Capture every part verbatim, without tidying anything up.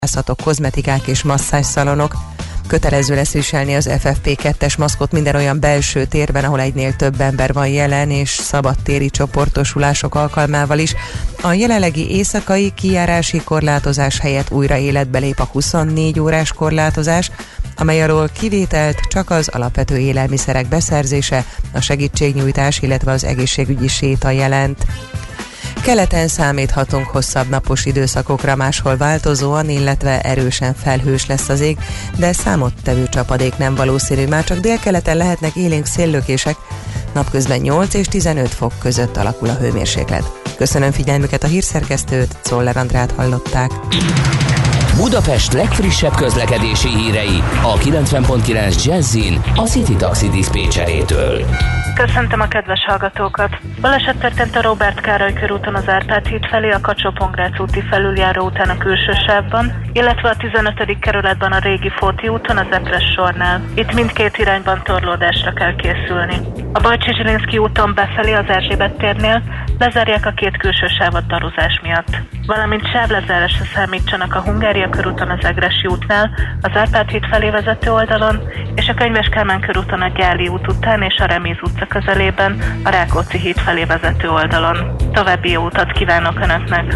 kozmetikák és masszázsszalonok. Kötelező lesz viselni az ef ef pé kettes maszkot minden olyan belső térben, ahol egynél több ember van jelen, és szabadtéri csoportosulások alkalmával is. A jelenlegi éjszakai kijárási korlátozás helyett újra életbe lép a huszonnégy órás korlátozás, amely alól kivételt csak az alapvető élelmiszerek beszerzése, a segítségnyújtás, illetve az egészségügyi séta jelent. Keleten számíthatunk hosszabb napos időszakokra, máshol változóan, illetve erősen felhős lesz az ég, de számottevő csapadék nem valószínű, már csak délkeleten lehetnek élénk széllökések, napközben nyolc és tizenöt fok között alakul a hőmérséklet. Köszönöm figyelmüket, a hírszerkesztőt, Czoller Andrát hallották. Budapest legfrissebb közlekedési hírei a kilencven pont kilenc Jazzin a City Taxi diszpécserétől. Köszöntöm a kedves hallgatókat! Baleset történt a Róbert Károly körúton az Árpád híd felé, a Kacsó-Pongrác úti felüljáró után a külső sávban, illetve a tizenötödik kerületben a Régi Fóti úton az Epres sornál. Itt mindkét irányban torlódásra kell készülni. A Bajcsy-Zsilinszky úton befelé az Erzsébet térnél lezárják a két külső sávot daruzás miatt. Valamint sávlezárásra számítsanak a Hungária körúton az Egressy útnál, az Árpád híd felé vezető oldalon, és a Könyves Kálmán körúton a Gyáli út után és a Reméz utca közelében a Rákóczi híd felé vezető oldalon. További jó utat kívánok Önöknek!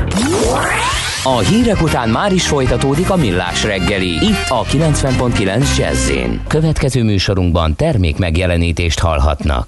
A hírek után már is folytatódik a Millás reggeli, itt a kilencven pont kilenc Jazz-én. Következő műsorunkban termék megjelenítést hallhatnak.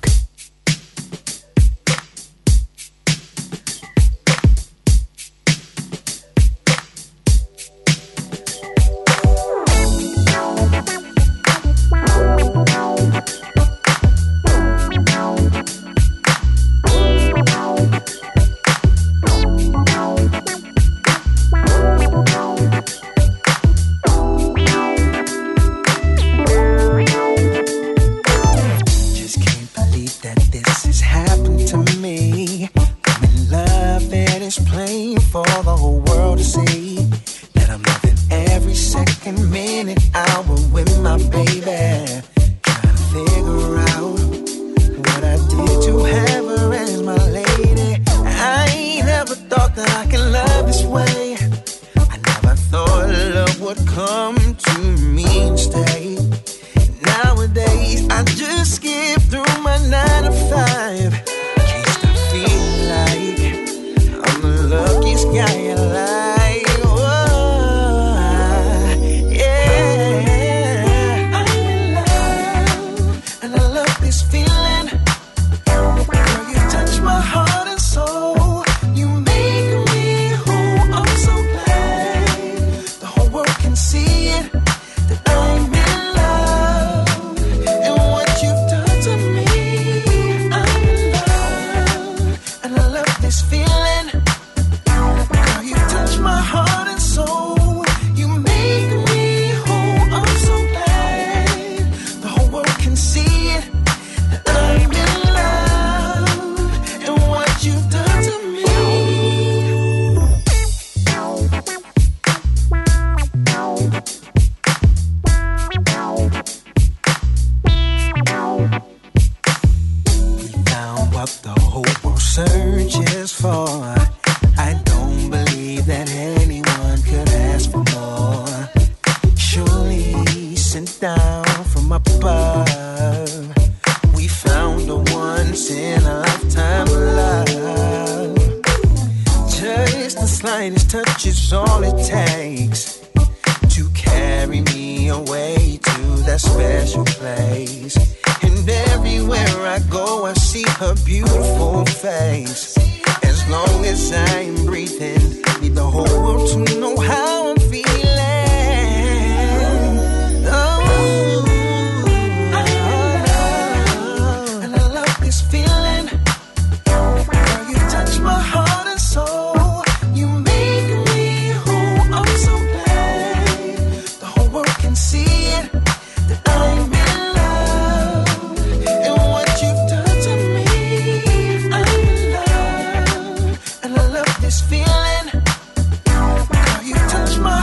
This feeling, girl, you touch my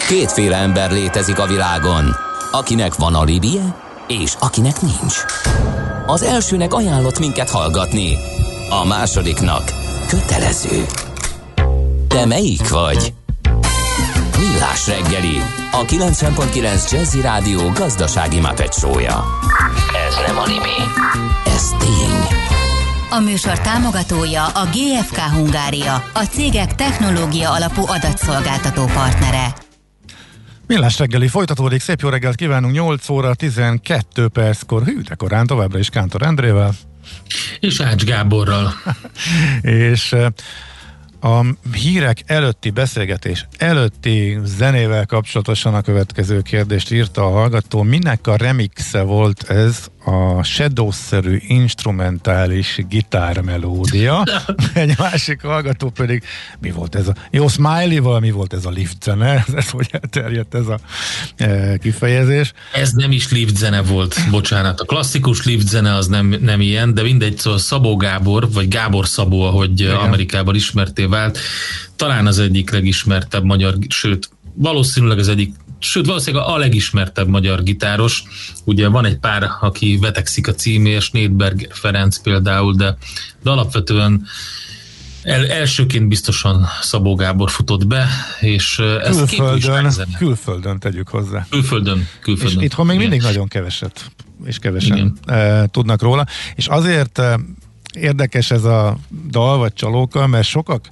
Kétféle ember létezik a világon, akinek van alibije, és akinek nincs. Az elsőnek ajánlott minket hallgatni, a másodiknak kötelező. Te melyik vagy? Millás reggeli, a kilencven pont kilenc Jazzy Rádió gazdasági Muppet show-ja. Ez nem anime, ez tény. A műsor támogatója a gé ef ká Hungária, a cégek technológia alapú adatszolgáltató partnere. Millás reggeli folytatódik, szép jó reggelt kívánunk, nyolc óra tizenkét perckor, hű, de korán továbbra is Kántor Endrével. És Ács Gáborral. És a hírek előtti beszélgetés előtti zenével kapcsolatosan a következő kérdést írta a hallgató. Minek a remixe volt ez a Shadow-szerű instrumentális gitármelódia? Egy másik hallgató pedig, mi volt ez a... Jó, Smiley-val mi volt ez a lift zene? Ez hogy elterjedt ez a e, kifejezés? Ez nem is lift zene volt, bocsánat. A klasszikus lift zene az nem, nem ilyen, de mindegy, szóval Szabó Gábor, vagy Gábor Szabó, ahogy igen, Amerikában ismerté vált, talán az egyik legismertebb magyar, sőt, valószínűleg az egyik, sőt, valószínűleg a legismertebb magyar gitáros. Ugye van egy pár, aki vetekszik a címért, Snédberger Ferenc például, de, de alapvetően el, elsőként biztosan Szabó Gábor futott be, és ez külföldön, külföldön tegyük hozzá. Külföldön, külföldön. És itthon még mindig nagyon keveset, és kevesen e, tudnak róla. És azért e, érdekes ez a dal, vagy csalóka, mert sokak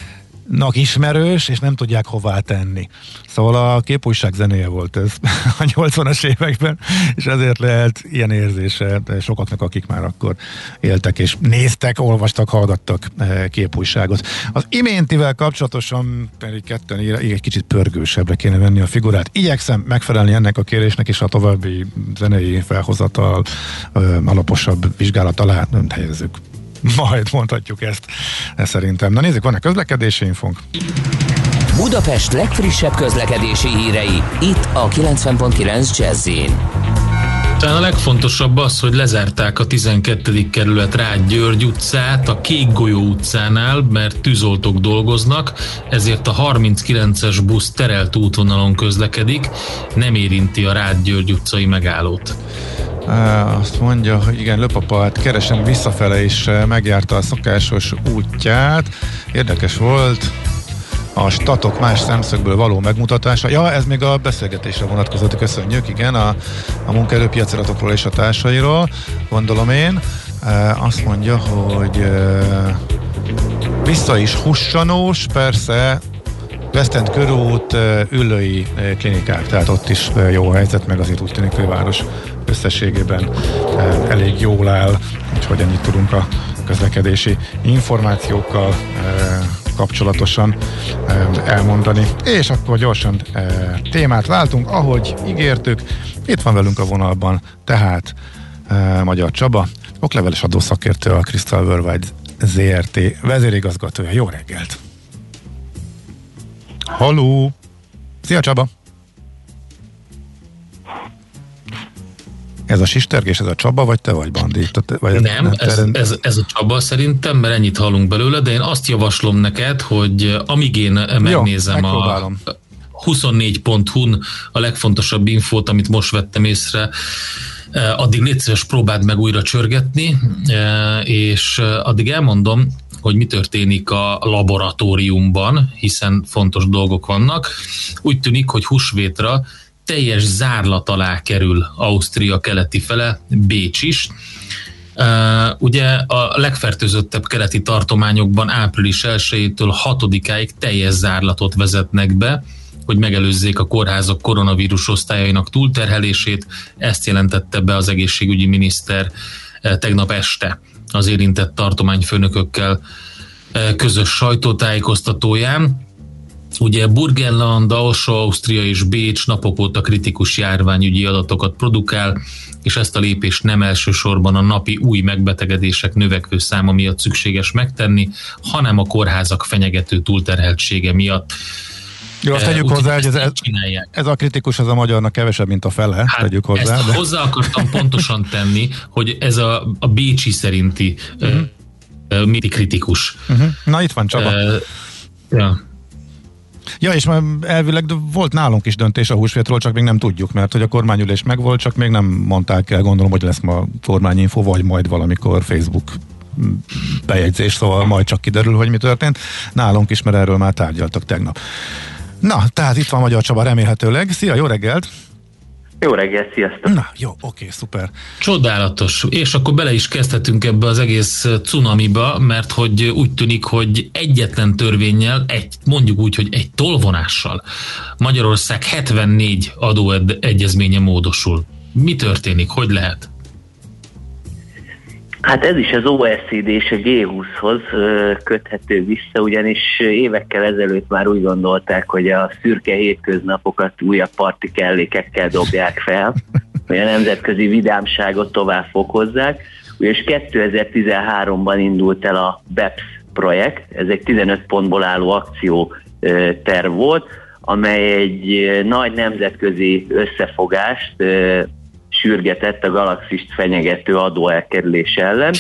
ismerős, és nem tudják hová tenni. Szóval a képújság zenéje volt ez a nyolcvanas években, és ezért lehet ilyen érzése sokaknak, akik már akkor éltek, és néztek, olvastak, hallgattak képújságot. Az iméntivel kapcsolatosan pedig ketten ír, egy kicsit pörgősebbre kéne venni a figurát. Igyekszem megfelelni ennek a kérésnek, és a további zenei felhozatal alaposabb vizsgálat alá nem helyezzük. Majd mondhatjuk ezt, ezt szerintem. Na nézzük, van-e közlekedési infónk? Budapest legfrissebb közlekedési hírei, itt a kilencven pont kilenc Jazz-in. Talán a legfontosabb az, hogy lezárták a tizenkettedik kerület Rád György utcát a Kék Golyó utcánál, mert tűzoltók dolgoznak, ezért a harminckilences busz terelt útvonalon közlekedik, nem érinti a Rád György utcai megállót. Uh, azt mondja, hogy igen, Löpapa, hát keresem visszafele is megjárta a szokásos útját. Érdekes volt a statok más szemszögből való megmutatása. Ja, ez még a beszélgetésre vonatkozott, köszönjük, igen, a, a munkaerőpiaci adatokról és a társairól, gondolom én. Uh, azt mondja, hogy uh, vissza is hussanós, persze, West End körút, Üllői klinikák, tehát ott is jó helyzet, meg azért úgy tűnik, hogy a város összességében elég jól áll, úgyhogy ennyit tudunk a közlekedési információkkal kapcsolatosan elmondani. És akkor gyorsan témát váltunk, ahogy ígértük. Itt van velünk a vonalban, tehát Magyar Csaba, okleveles adószakértő, a Crystal Worldwide zé er té vezérigazgatója. Jó reggelt! Halló! Szia Csaba! Ez a sistergés, ez a Csaba, vagy te vagy, Bandi? Vagy nem, ez, ez, ez a Csaba szerintem, mert ennyit hallunk belőle, de én azt javaslom neked, hogy amíg én megnézem Jó, a huszonnégy pont hu-n a legfontosabb infót, amit most vettem észre, addig légy szíves, próbáld meg újra csörgetni, és addig elmondom, hogy mi történik a laboratóriumban, hiszen fontos dolgok vannak. Úgy tűnik, hogy húsvétra teljes zárlat alá kerül Ausztria keleti fele, Bécs is. Uh, ugye a legfertőzöttebb keleti tartományokban április elsejétől hatodikáig teljes zárlatot vezetnek be, hogy megelőzzék a kórházak koronavírus osztályainak túlterhelését. Ezt jelentette be az egészségügyi miniszter uh, tegnap este az érintett tartományfőnökökkel uh, közös sajtótájékoztatóján. Ugye Burgenland, Alsó-Ausztria és Bécs napok óta kritikus járványügyi adatokat produkál, és ezt a lépést nem elsősorban a napi új megbetegedések növekvő száma miatt szükséges megtenni, hanem a kórházak fenyegető túlterheltsége miatt. Jó, azt tegyük hozzá, hogy ez, ez, ez a kritikus, az a magyarnak kevesebb, mint a fele, hát tegyük hozzá. Ezt de... hozzá akartam pontosan tenni, hogy ez a, a bécsi szerinti uh-huh. uh, uh, kritikus. Uh-huh. Na itt van Csaba. Uh, ja. Ja, és már elvileg volt nálunk is döntés a húsvétról, csak még nem tudjuk, mert hogy a kormányülés megvolt, csak még nem mondták el, gondolom, hogy lesz ma kormányinfo, vagy majd valamikor Facebook bejegyzés, szóval majd csak kiderül, hogy mi történt. Nálunk is, mert erről már tárgyaltak tegnap. Na, tehát itt van Magyar Csaba remélhetőleg. Szia, jó reggelt! Jó reggelt, sziasztok! Na, jó, oké, szuper. Csodálatos. És akkor bele is kezdhetünk ebbe az egész cunamiba, mert hogy úgy tűnik, hogy egyetlen törvénnyel, egy, mondjuk úgy, hogy egy tolvonással Magyarország hetvennégy adóegyezménye módosul. Mi történik? Hogy lehet? Hát ez is az o e cé dé és a gé húszhoz köthető vissza, ugyanis évekkel ezelőtt már úgy gondolták, hogy a szürke hétköznapokat újabb parti kellékekkel dobják fel, hogy a nemzetközi vidámságot tovább fokozzák, és kétezer-tizenháromban indult el a bé e pé es projekt, ez egy tizenöt pontból álló akcióterv volt, amely egy nagy nemzetközi összefogást sürgetett a galaxist fenyegető adóelkerülés ellen,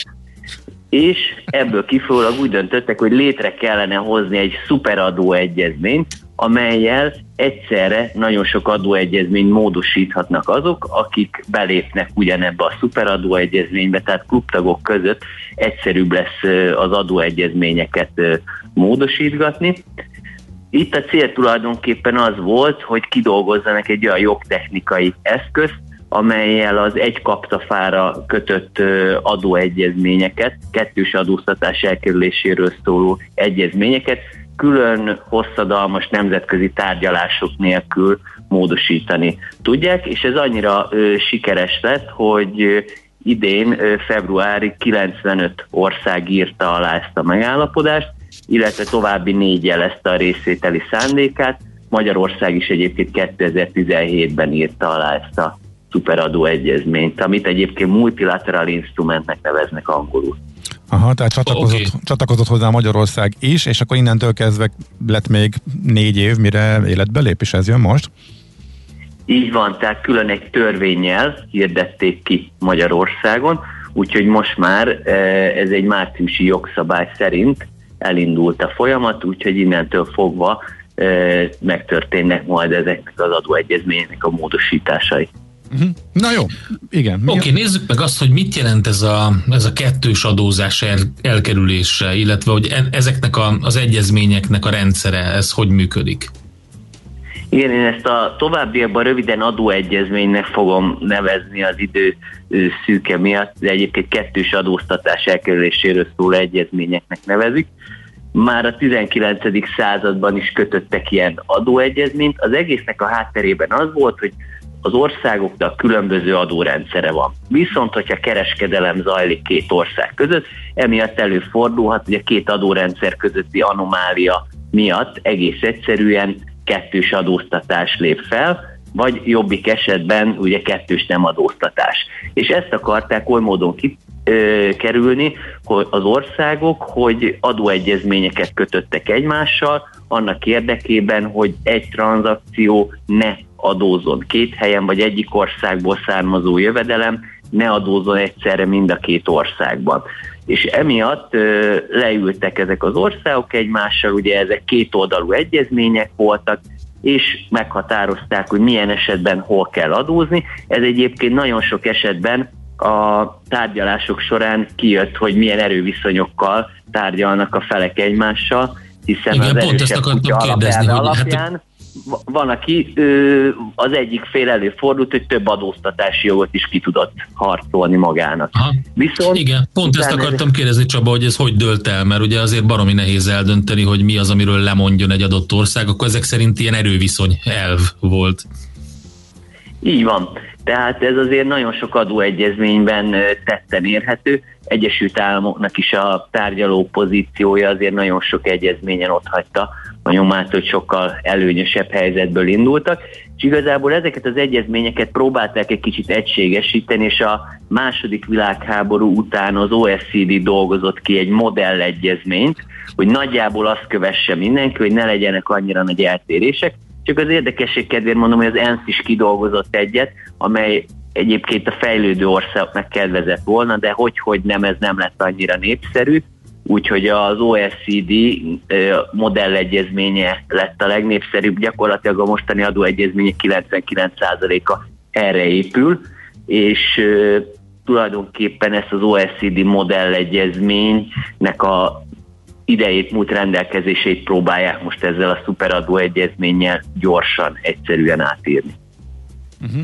és ebből kifolyólag úgy döntöttek, hogy létre kellene hozni egy szuperadóegyezményt, amellyel egyszerre nagyon sok adóegyezményt módosíthatnak azok, akik belépnek ugyanebbe a szuperadóegyezménybe, tehát klubtagok között egyszerűbb lesz az adóegyezményeket módosítgatni. Itt a cél tulajdonképpen az volt, hogy kidolgozzanak egy olyan jogtechnikai eszközt, amellyel az egy kaptafára kötött adóegyezményeket, kettős adóztatás elkerüléséről szóló egyezményeket külön hosszadalmas nemzetközi tárgyalások nélkül módosítani tudják, és ez annyira ö, sikeres lett, hogy ö, idén ö, februárig kilencvenöt ország írta alá ezt a megállapodást, illetve további négy jelezte a részvételi szándékát. Magyarország is egyébként kétezer-tizenhétben írta alá ezt a szuperadó egyezményt, amit egyébként multilateral instrumentnek neveznek angolul. Aha, tehát csatlakozott, okay. csatlakozott hozzá Magyarország is, és akkor innentől kezdve lett még négy év, mire életbe lép, és ez jön most? Így van, tehát külön egy törvénnyel hirdették ki Magyarországon, úgyhogy most már ez egy márciusi jogszabály szerint elindult a folyamat, úgyhogy innentől fogva megtörténnek majd ezeknek az adóegyezményeknek a módosításai. Uh-huh. Na jó, igen. Oké, okay, nézzük meg azt, hogy mit jelent ez a, ez a kettős adózás el, elkerülése, illetve hogy e, ezeknek a, az egyezményeknek a rendszere, ez hogy működik? Igen, én ezt a továbbiakban röviden adóegyezménynek fogom nevezni az idő szűke miatt, de egyébként kettős adóztatás elkerüléséről szóló egyezményeknek nevezik. Már a tizenkilencedik században is kötöttek ilyen adóegyezményt. Az egésznek a hátterében az volt, hogy az országoknak különböző adórendszere van. Viszont, hogyha kereskedelem zajlik két ország között, emiatt előfordulhat, hogy a két adórendszer közötti anomália miatt egész egyszerűen kettős adóztatás lép fel, vagy jobbik esetben ugye kettős nem adóztatás. És ezt akarták oly módon kikerülni az országok, hogy adóegyezményeket kötöttek egymással, annak érdekében, hogy egy tranzakció ne adózon két helyen, vagy egyik országból származó jövedelem ne adózon egyszerre mind a két országban. És emiatt ö, leültek ezek az országok egymással, ugye ezek kétoldalú egyezmények voltak, és meghatározták, hogy milyen esetben hol kell adózni. Ez egyébként nagyon sok esetben a tárgyalások során kijött, hogy milyen erőviszonyokkal tárgyalnak a felek egymással, hiszen igen, az erősebb kutya alapelve alapján hát van, aki ö, az egyik fél előfordult, hogy több adóztatási jogot is ki tudott harcolni magának. Aha. Viszont igen, pont ezt akartam ez... kérdezni, Csaba, hogy ez hogy dölt el, mert ugye azért baromi nehéz eldönteni, hogy mi az, amiről lemondjon egy adott ország, akkor ezek szerint ilyen erőviszony elv volt. Így van. Tehát ez azért nagyon sok adóegyezményben tetten érhető. Egyesült Államoknak is a tárgyaló pozíciója azért nagyon sok egyezményen otthagyta a nyomát, hogy sokkal előnyösebb helyzetből indultak, és igazából ezeket az egyezményeket próbálták egy kicsit egységesíteni, és a második világháború után az o e cé dé dolgozott ki egy modellegyezményt, hogy nagyjából azt kövesse mindenki, hogy ne legyenek annyira nagy eltérések, csak az érdekesség kedvéért mondom, hogy az ENSZ is kidolgozott egyet, amely egyébként a fejlődő országoknak kedvezett volna, de hogy-hogy nem, ez nem lett annyira népszerű, úgyhogy az o e cé dé modellegyezménye lett a legnépszerűbb, gyakorlatilag a mostani adóegyezmények kilencvenkilenc százaléka erre épül, és tulajdonképpen ezt az o e cé dé modellegyezménynek a idejét múlt rendelkezését próbálják most ezzel a szuperadóegyezménnyel gyorsan, egyszerűen átírni. Uh-huh.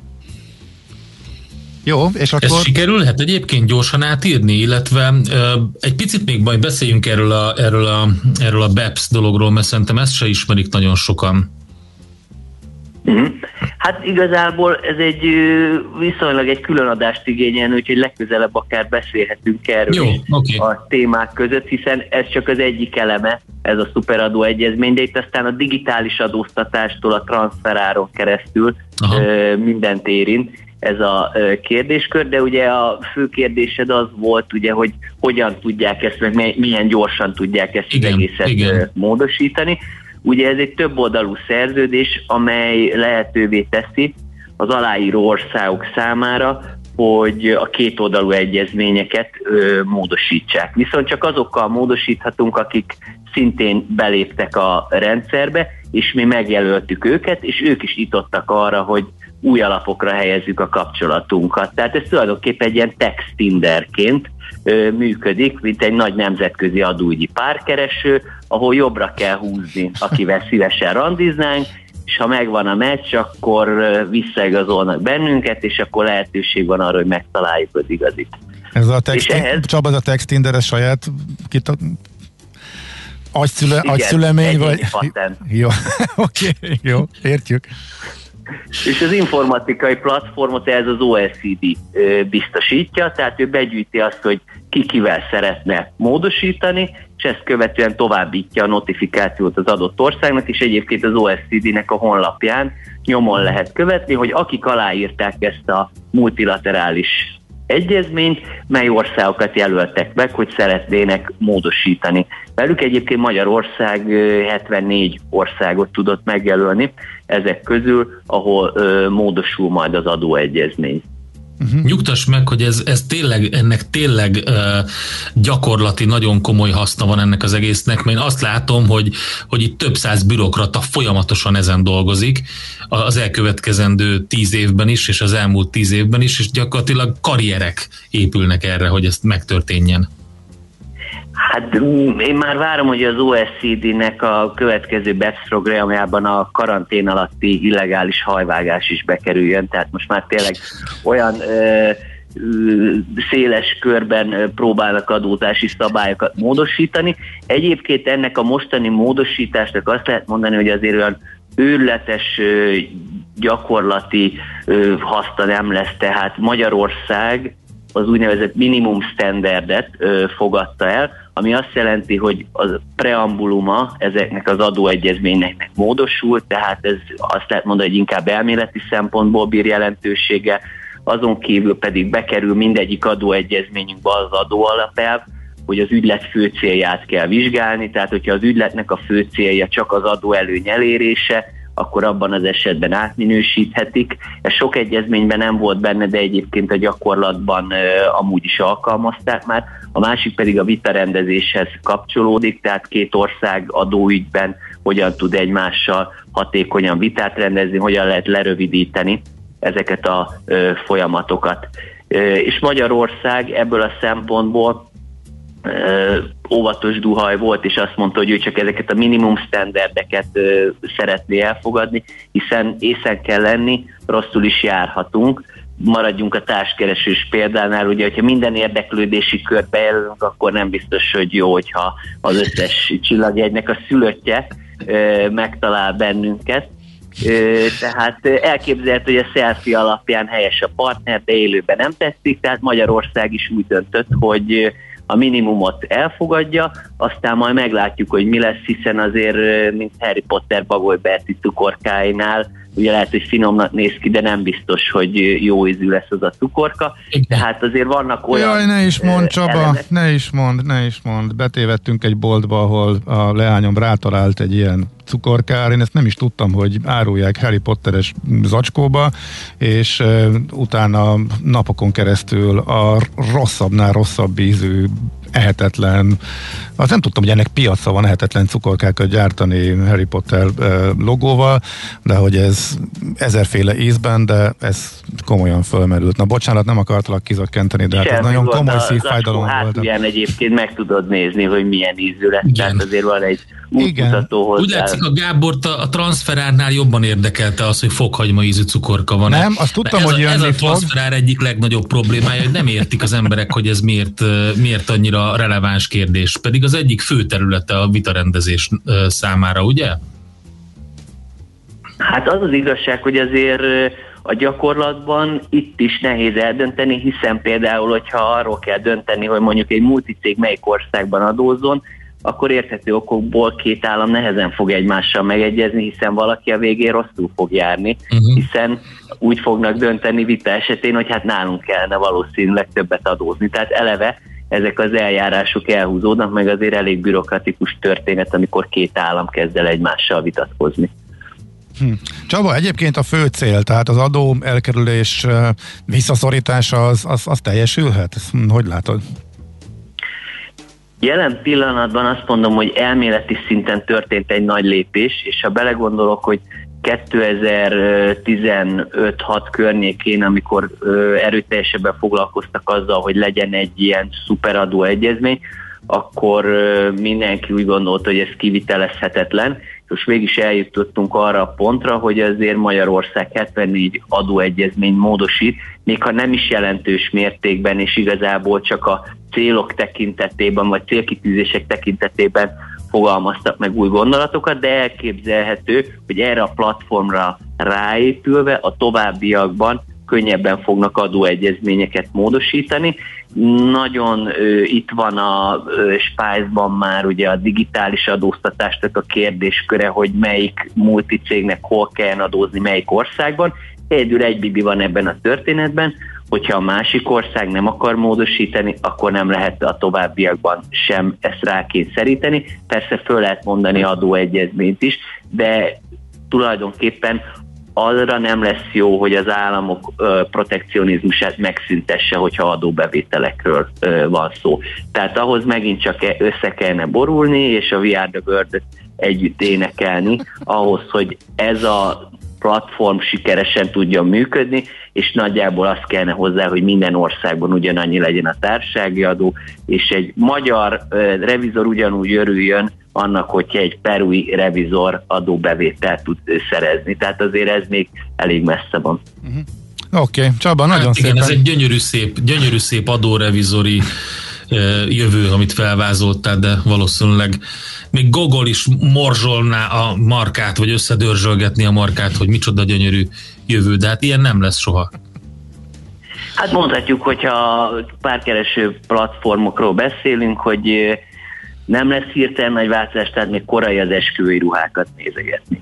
Jó, és akkor... Ez sikerülhet egyébként gyorsan átírni, illetve ö, egy picit még majd beszéljünk erről a, erről a, erről a bé e pé es dologról, mert szerintem ezt se ismerik nagyon sokan. Uh-huh. Hát igazából ez egy viszonylag egy különadást igényel, úgyhogy legközelebb akár beszélhetünk erről Jó, is okay. a témák között, hiszen ez csak az egyik eleme, ez a szuperadó egyezmény, de itt aztán a digitális adóztatástól a transferáron keresztül ö, mindent érint ez a ö, kérdéskör, de ugye a fő kérdésed az volt, ugye, hogy hogyan tudják ezt, meg milyen gyorsan tudják ezt igen, az egészet igen. módosítani. Ugye ez egy többoldalú szerződés, amely lehetővé teszi az aláíró országok számára, hogy a kétoldalú egyezményeket ö, módosítsák. Viszont csak azokkal módosíthatunk, akik szintén beléptek a rendszerbe, és mi megjelöltük őket, és ők is nyitottak arra, hogy új alapokra helyezzük a kapcsolatunkat. Tehát ez tulajdonképpen egy ilyen text-tinderként ö, működik, mint egy nagy nemzetközi adóügyi párkereső, ahol jobbra kell húzni, akivel szívesen randiznánk, és ha megvan a meccs, akkor visszaigazolnak bennünket, és akkor lehetőség van arra, hogy megtaláljuk az igazit. Ez a text, ehhez... Csaba, ez a text-tinder, ez saját kit... agyszüle, agyszülemény, vagy... Jó, oké, okay, jó, értjük. És az informatikai platformot ez az o e cé dé biztosítja, tehát ő begyűjti azt, hogy ki kivel szeretne módosítani, és ezt követően továbbítja a notifikációt az adott országnak, és egyébként az o e cé dé-nek a honlapján nyomon lehet követni, hogy akik aláírták ezt a multilaterális egyezményt, mely országokat jelöltek meg, hogy szeretnének módosítani. Velük egyébként Magyarország hetvennégy országot tudott megjelölni, ezek közül, ahol ö, módosul majd az adóegyezmény. Uh-huh. Nyugtass meg, hogy ez, ez tényleg, ennek tényleg uh, gyakorlati, nagyon komoly haszna van ennek az egésznek, mert én azt látom, hogy, hogy itt több száz bürokrata folyamatosan ezen dolgozik az elkövetkezendő tíz évben is, és az elmúlt tíz évben is, és gyakorlatilag karrierek épülnek erre, hogy ez megtörténjen. Hát én már várom, hogy az o e cé dé-nek a következő bé e pé es programjában a karantén alatti illegális hajvágás is bekerüljön, tehát most már tényleg olyan ö, ö, széles körben ö, próbálnak adózási szabályokat módosítani. Egyébként ennek a mostani módosításnak azt lehet mondani, hogy azért olyan őrületes ö, gyakorlati ö, haszna nem lesz, tehát Magyarország az úgynevezett minimum standardet ö, fogadta el, ami azt jelenti, hogy a preambuluma ezeknek az adóegyezményeknek módosult, tehát ez azt lehet mondani, hogy inkább elméleti szempontból bír jelentősége, azon kívül pedig bekerül mindegyik adóegyezményünkbe az adóalapelv, hogy az ügylet fő célját kell vizsgálni, tehát hogyha az ügyletnek a fő célja csak az adóelőny elérése, akkor abban az esetben átminősíthetik. Ez sok egyezményben nem volt benne, de egyébként a gyakorlatban uh, amúgy is alkalmazták már. A másik pedig a vitarendezéshez kapcsolódik, tehát két ország adóügyben hogyan tud egymással hatékonyan vitát rendezni, hogyan lehet lerövidíteni ezeket a uh, folyamatokat. Uh, és Magyarország ebből a szempontból Uh, óvatos duhaj volt, és azt mondta, hogy ő csak ezeket a minimum standardeket uh, szeretné elfogadni, hiszen észen kell lenni, rosszul is járhatunk. Maradjunk a társkeresős példánál, ugye, hogyha minden érdeklődési kört bejelölünk, akkor nem biztos, hogy jó, hogyha az összes csillagjegynek a szülöttje uh, megtalál bennünket. Uh, tehát elképzelhető, hogy a selfie alapján helyes a partner, de élőben nem tetszik, tehát Magyarország is úgy döntött, hogy a minimumot elfogadja, aztán majd meglátjuk, hogy mi lesz, hiszen azért, mint Harry Potter Bagoly Berti cukorkáinál, ugye lehet, hogy finomnak néz ki, de nem biztos, hogy jó ízű lesz az a cukorka. Tehát azért vannak olyan... Jaj, ne is mond, Csaba, elemek. ne is mond, ne is mond. Betévettünk egy boltba, ahol a leányom rátalált egy ilyen cukorkára, én ezt nem is tudtam, hogy árulják Harry Potteres zacskóba, és uh, utána napokon keresztül a rosszabbnál rosszabb ízű ehetetlen, azt nem tudtam, hogy ennek piaca van, ehetetlen cukorkákat gyártani Harry Potter logóval, de hogy ez ezerféle ízben, de ez komolyan fölmerült. Na bocsánat, nem akartalak kizökkenteni, de hát ez nagyon komoly szívfájdalom volt. Hát egyébként meg tudod nézni, hogy milyen ízű lesz, tehát azért van egy útmutató hozzá. Úgy látszik, a Gábort a, a transferárnál jobban érdekelte az, hogy fokhagyma ízű cukorka van. Nem, azt tudtam, hogy jönni fog. Ez a transferár egyik legnagyobb problémája, hogy nem értik az emberek, hogy ez miért, miért annyira releváns kérdés. Pedig az egyik fő területe a vitarendezés számára, ugye? Hát az az igazság, hogy azért a gyakorlatban itt is nehéz eldönteni, hiszen például, hogyha arról kell dönteni, hogy mondjuk egy multicég melyik országban adózzon, akkor érthető okokból két állam nehezen fog egymással megegyezni, hiszen valaki a végén rosszul fog járni, uh-huh. hiszen úgy fognak dönteni vita esetén, hogy hát nálunk kellene valószínűleg többet adózni. Tehát eleve ezek az eljárások elhúzódnak, meg azért elég bürokratikus történet, amikor két állam kezd el egymással vitatkozni. Hm. Csaba, egyébként a fő cél, tehát az adó elkerülés visszaszorítása, az, az, az teljesülhet? Hogy látod? Jelen pillanatban azt mondom, hogy elméleti szinten történt egy nagy lépés, és ha belegondolok, hogy kétezer-tizenöt-hat környékén, amikor erőteljesebben foglalkoztak azzal, hogy legyen egy ilyen szuperadó egyezmény, akkor mindenki úgy gondolta, hogy ez kivitelezhetetlen, és mégis eljutottunk arra a pontra, hogy azért Magyarország hetvennégy adóegyezmény módosít, még ha nem is jelentős mértékben, és igazából csak a célok tekintetében, vagy célkitűzések tekintetében fogalmaztak meg új gondolatokat, de elképzelhető, hogy erre a platformra ráépülve a továbbiakban könnyebben fognak adóegyezményeket módosítani. Nagyon ö, itt van a ö, Spice-ban már ugye a digitális adóztatásnak a kérdésköre, hogy melyik multicégnek hol kelljen adózni, melyik országban. Egyedül egy bibi van ebben a történetben, hogyha a másik ország nem akar módosítani, akkor nem lehet a továbbiakban sem ezt rákényszeríteni. Persze föl lehet mondani adóegyezményt is, de tulajdonképpen arra nem lesz jó, hogy az államok ö, protekcionizmusát megszüntesse, hogyha adóbevételekről ö, van szó. Tehát ahhoz megint csak össze kellene borulni, és a We Are the World együtt énekelni, ahhoz, hogy ez a platform sikeresen tudjon működni, és nagyjából azt kellene hozzá, hogy minden országban ugyanannyi legyen a társasági adó, és egy magyar ö, revizor ugyanúgy örüljön annak, hogyha egy perui revizor adóbevételt tud szerezni. Tehát azért ez még elég messze van. Uh-huh. Oké, okay. Csaba, nagyon hát igen, szépen. Ez egy gyönyörű szép, gyönyörű szép adórevizori jövő, amit felvázoltál, de valószínűleg még Gogol is morzsolná a markát, vagy összedörzsölgetni a markát, hogy micsoda gyönyörű jövő, de hát ilyen nem lesz soha. Hát mondhatjuk, hogyha párkereső platformokról beszélünk, hogy nem lesz hirtelen nagy változás, tehát még korai az esküvői ruhákat nézegetni.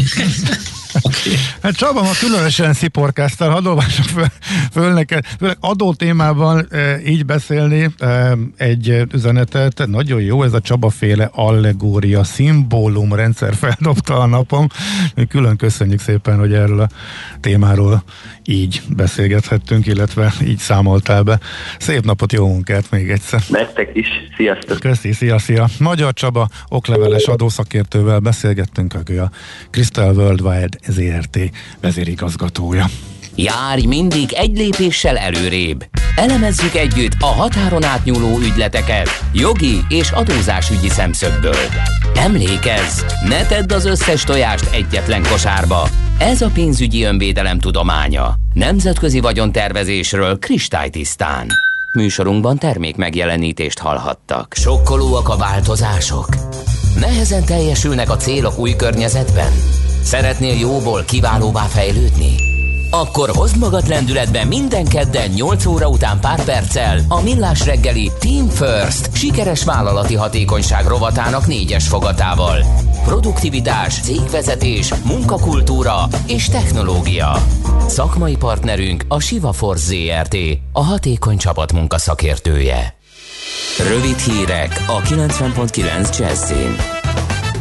Okay. Hát Csaba, ma különösen sziporkáztál, hadd olvasok föl, föl neked, főleg adó témában e, így beszélni e, egy üzenetet, nagyon jó, ez a Csaba-féle allegória, szimbólumrendszer feldobta a napom. Külön köszönjük szépen, hogy erről a témáról így beszélgethettünk, illetve így számoltál be. Szép napot, jó munkát még egyszer. Nektek is, sziasztok! Köszi, szia, szia! Magyar Csaba okleveles adószakértővel beszélgettünk, aki a Crystal Worldwide zé er té vezérigazgatója. Járj mindig egy lépéssel előrébb. Elemezzük együtt a határon átnyúló ügyleteket jogi és adózásügyi szemszögből. Emlékezz, ne tedd az összes tojást egyetlen kosárba. Ez a pénzügyi önvédelem tudománya. Nemzetközi vagyontervezésről kristálytisztán. Műsorunkban termék megjelenítést hallhattak. Sokkolóak a változások? Nehezen teljesülnek a célok új környezetben? Szeretnél jóból kiválóvá fejlődni? Akkor hozd magad lendületbe minden kedden nyolc óra után pár perccel a Millás reggeli Team First sikeres vállalati hatékonyság rovatának négyes fogatával. Produktivitás, cégvezetés, munkakultúra és technológia. Szakmai partnerünk a Siva Force zé er té, a hatékony csapatmunka szakértője. Rövid hírek a kilencven pont kilenc Jazzin.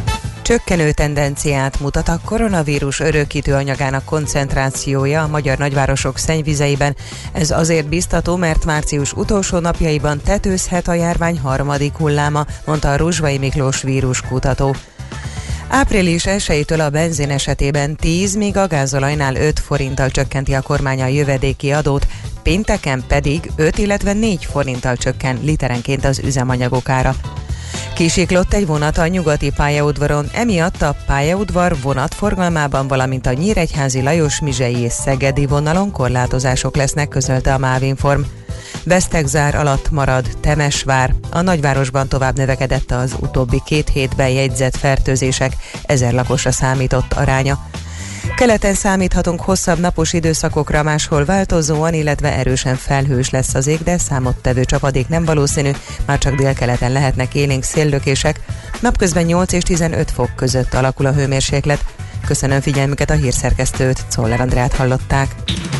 Csökkenő tendenciát mutat a koronavírus örökítő anyagának koncentrációja a magyar nagyvárosok szennyvizeiben. Ez azért biztató, mert március utolsó napjaiban tetőzhet a járvány harmadik hulláma, mondta a Rozsvai Miklós víruskutató. Április elsejétől a benzin esetében tíz, míg a gázolajnál öt forinttal csökkenti a kormány a jövedéki adót, pénteken pedig öt, illetve négy forinttal csökken literenként az üzemanyagok ára. Kisiklott egy vonat a nyugati pályaudvaron, emiatt a pályaudvar vonatforgalmában, valamint a Nyíregyházi, Lajos-Mizsei és Szegedi vonalon korlátozások lesznek, közölte a Mávinform. Vesztegzár alatt marad Temesvár. A nagyvárosban tovább növekedett az utóbbi két hétben jegyzett fertőzések ezer lakosra számított aránya. Keleten számíthatunk hosszabb napos időszakokra, máshol változóan, illetve erősen felhős lesz az ég, de számottevő csapadék nem valószínű, már csak délkeleten lehetnek élénk széllökések. Napközben nyolc és tizenöt fok között alakul a hőmérséklet. Köszönöm figyelmüket, a hírszerkesztőt, Czoller Andrát hallották.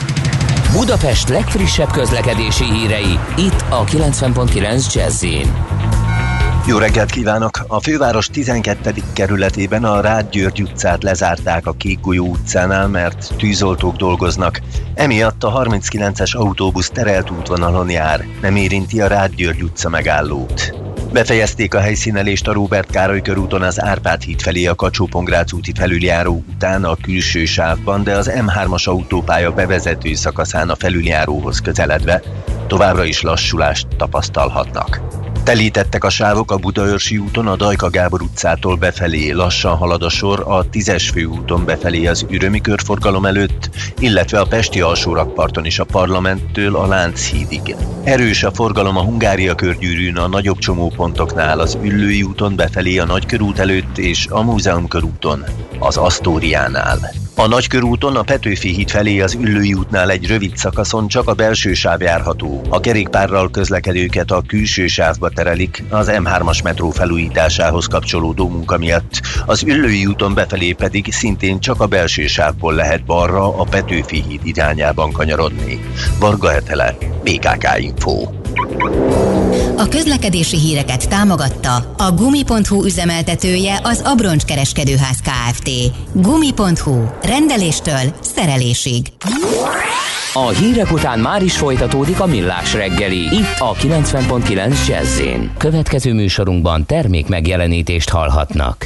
Budapest legfrissebb közlekedési hírei, itt a kilencven pont kilenc Jazz-in. Jó reggelt kívánok! A főváros tizenkettedik kerületében a Rád György utcát lezárták a Kékgolyó utcánál, mert tűzoltók dolgoznak. Emiatt a harminckilences autóbusz terelt útvonalon jár, nem érinti a Rád György utca megállót. Befejezték a helyszínelést a Róbert Károly körúton az Árpád híd felé a Kacsó-Pongrác úti felüljáró után a külső sávban, de az em hármas autópálya bevezető szakaszán a felüljáróhoz közeledve továbbra is lassulást tapasztalhatnak. Telítettek a sávok a Budaörsi úton a Dajka Gábor utcától befelé, lassan halad a sor a tízes főúton befelé az Ürömi körforgalom előtt, illetve a pesti alsórakparton is a Parlamenttől a Lánchídig. Erős a forgalom a Hungária körgyűrűn, a nagyobb csomópontoknál, az Üllői úton befelé a Nagykörút előtt és a Múzeum körúton az Asztóriánál. A Nagykörúton a Petőfi híd felé az Üllői útnál egy rövid szakaszon csak a belső sáv járható. A kerékpárral közlekedőket a külső sávba terelik az em hármas metró felújításához kapcsolódó munka miatt. Az Üllői úton befelé pedig szintén csak a belső sávból lehet balra a Petőfi híd irányában kanyarodni. Varga Etele, bé ká ká Info. A közlekedési híreket támogatta a Gumi pont hu üzemeltetője, az Abroncs Kereskedőház Kft. Gumi pont hu. Rendeléstől szerelésig. A hírek után már is folytatódik a Millás reggeli, itt a kilencven pont kilenc Jazz-in. Következő műsorunkban termék megjelenítést hallhatnak.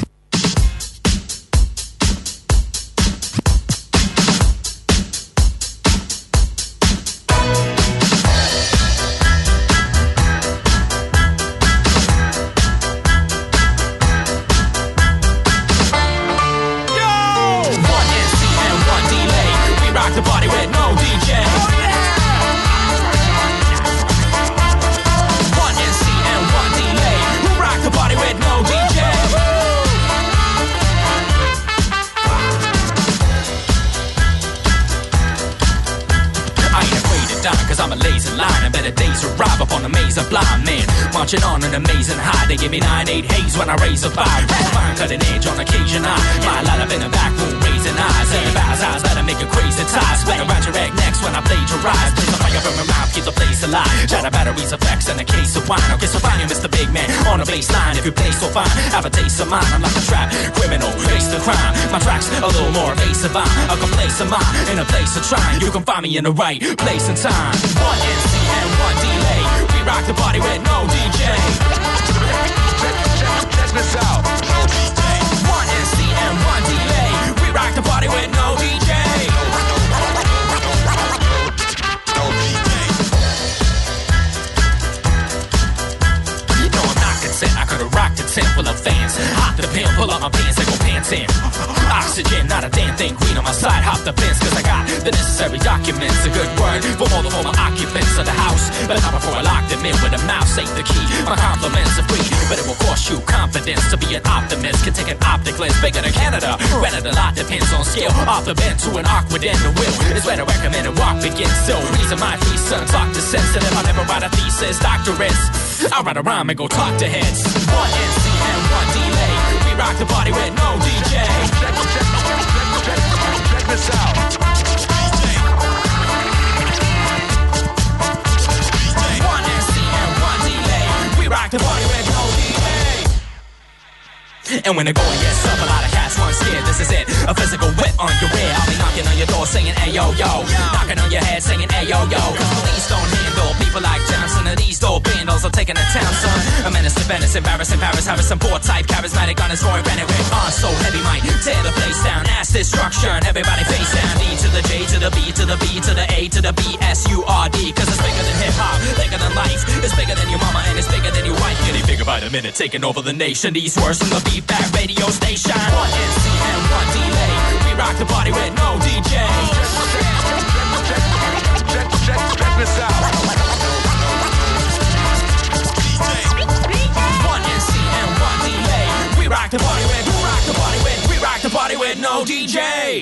Marching on an amazing high. They give me nine eight haze when I raise a five. Fine cutting edge on occasion. I my light up in the back room raising eyes. Everybody's eyes let make a crazy tie. Split around your neck next when I plagiarize. Blaze a fire from my mouth, keep the place alive. Shatter batteries, effects, and a case of wine. Okay, so find you, Mister Big Man, on the baseline. If you play so fine, have a taste of mine. I'm like a trap criminal, face the crime. My tracks a little more evasive. I'm a place of mine in a place of trying. You can find me in the right place and time. One N C and one delay. We rock the party with no D J. Check this out. No D J. One N C and one delay. We rock the party with no D J. No D J. You know I'm not content. I could've rocked a tent full of fans. Hop the pin, pull up my pants and go pants in. Oxygen, not a damn thing. Green on my side, hop the fence, cause I got the necessary documents. A good word for all the former occupants of the house. But not before I lock them in with a mouse, ain't the key. My compliments are free, but it will cost you confidence. To be an optimist can take an optic lens bigger than Canada. Rented a lot depends on scale. Off the bend to an awkward end, the will is where to recommend a walk begins. So reason my three sons talk to sensitive. I'll never write a thesis, doctorates. I'll write a rhyme and go talk to heads. One N C and one delay. We rock the party with no D J. Check, check, check, check, check, check this out. One N C and one delay. We rock the party with no D J. And when the going gets up, a lot of this is it. A physical whip on your rear. I'll be knocking on your door singing ayo yo, knocking on your head singing ayo yo. Cause police don't handle people like Johnson, and these dope bandals are taking the town, son. A menace to Venice, embarrassing Paris, Harrison Ford type, charismatic on his Roy Renwick. On so heavy might tear the place down, ass destruction. Everybody face down. D to the J to the B to the B to the A to the B S U R D. Cause it's bigger than hip hop, bigger than life. It's bigger than your mama and it's bigger than your wife. Getting bigger by the minute, taking over the nation. These words from the beatback radio station. One N C and one delay. We rock the party with no D J. Check, check, check this out. One N C and one delay. We rock the party with, we rock the party with, we rock the party with no D J.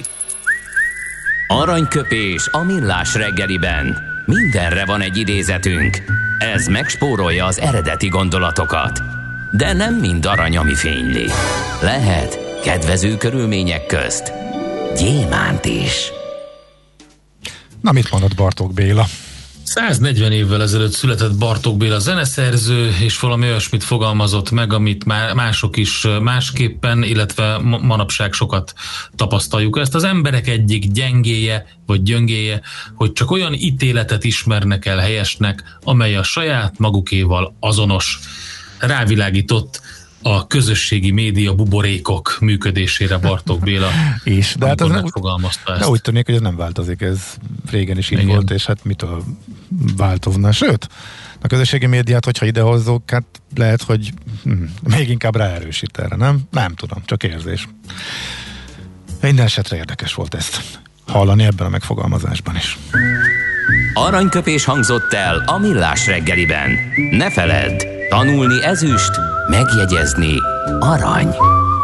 Aranyköpés a millás reggeliben. Mindenre van egy idézetünk. Ez megspórolja az eredeti gondolatokat. De nem mind arany, ami fényli. Lehet kedvező körülmények közt gyémánt is. Na, mit mondott Bartók Béla? száznegyven évvel ezelőtt született Bartók Béla zeneszerző, és valami olyasmit fogalmazott meg, amit már mások is másképpen, illetve manapság sokat tapasztaljuk. Ezt az emberek egyik gyengéje, vagy gyöngéje, hogy csak olyan ítéletet ismernek el helyesnek, amely a saját magukéval azonos. Rávilágított a közösségi média buborékok működésére Bartók Béla. És, de hát az nem, fogalmazta ezt. De úgy tűnik, hogy ez nem változik, ez régen is így Igen. volt, és hát mitől változna. Sőt, a közösségi médiát, hogyha idehozzuk, hát lehet, hogy hm, még inkább ráerősít erre, nem? Nem tudom, csak érzés. Minden esetre érdekes volt ezt hallani ebben a megfogalmazásban is. Aranyköpés hangzott el a millás reggeliben. Ne feledd, tanulni ezüst, megjegyezni arany.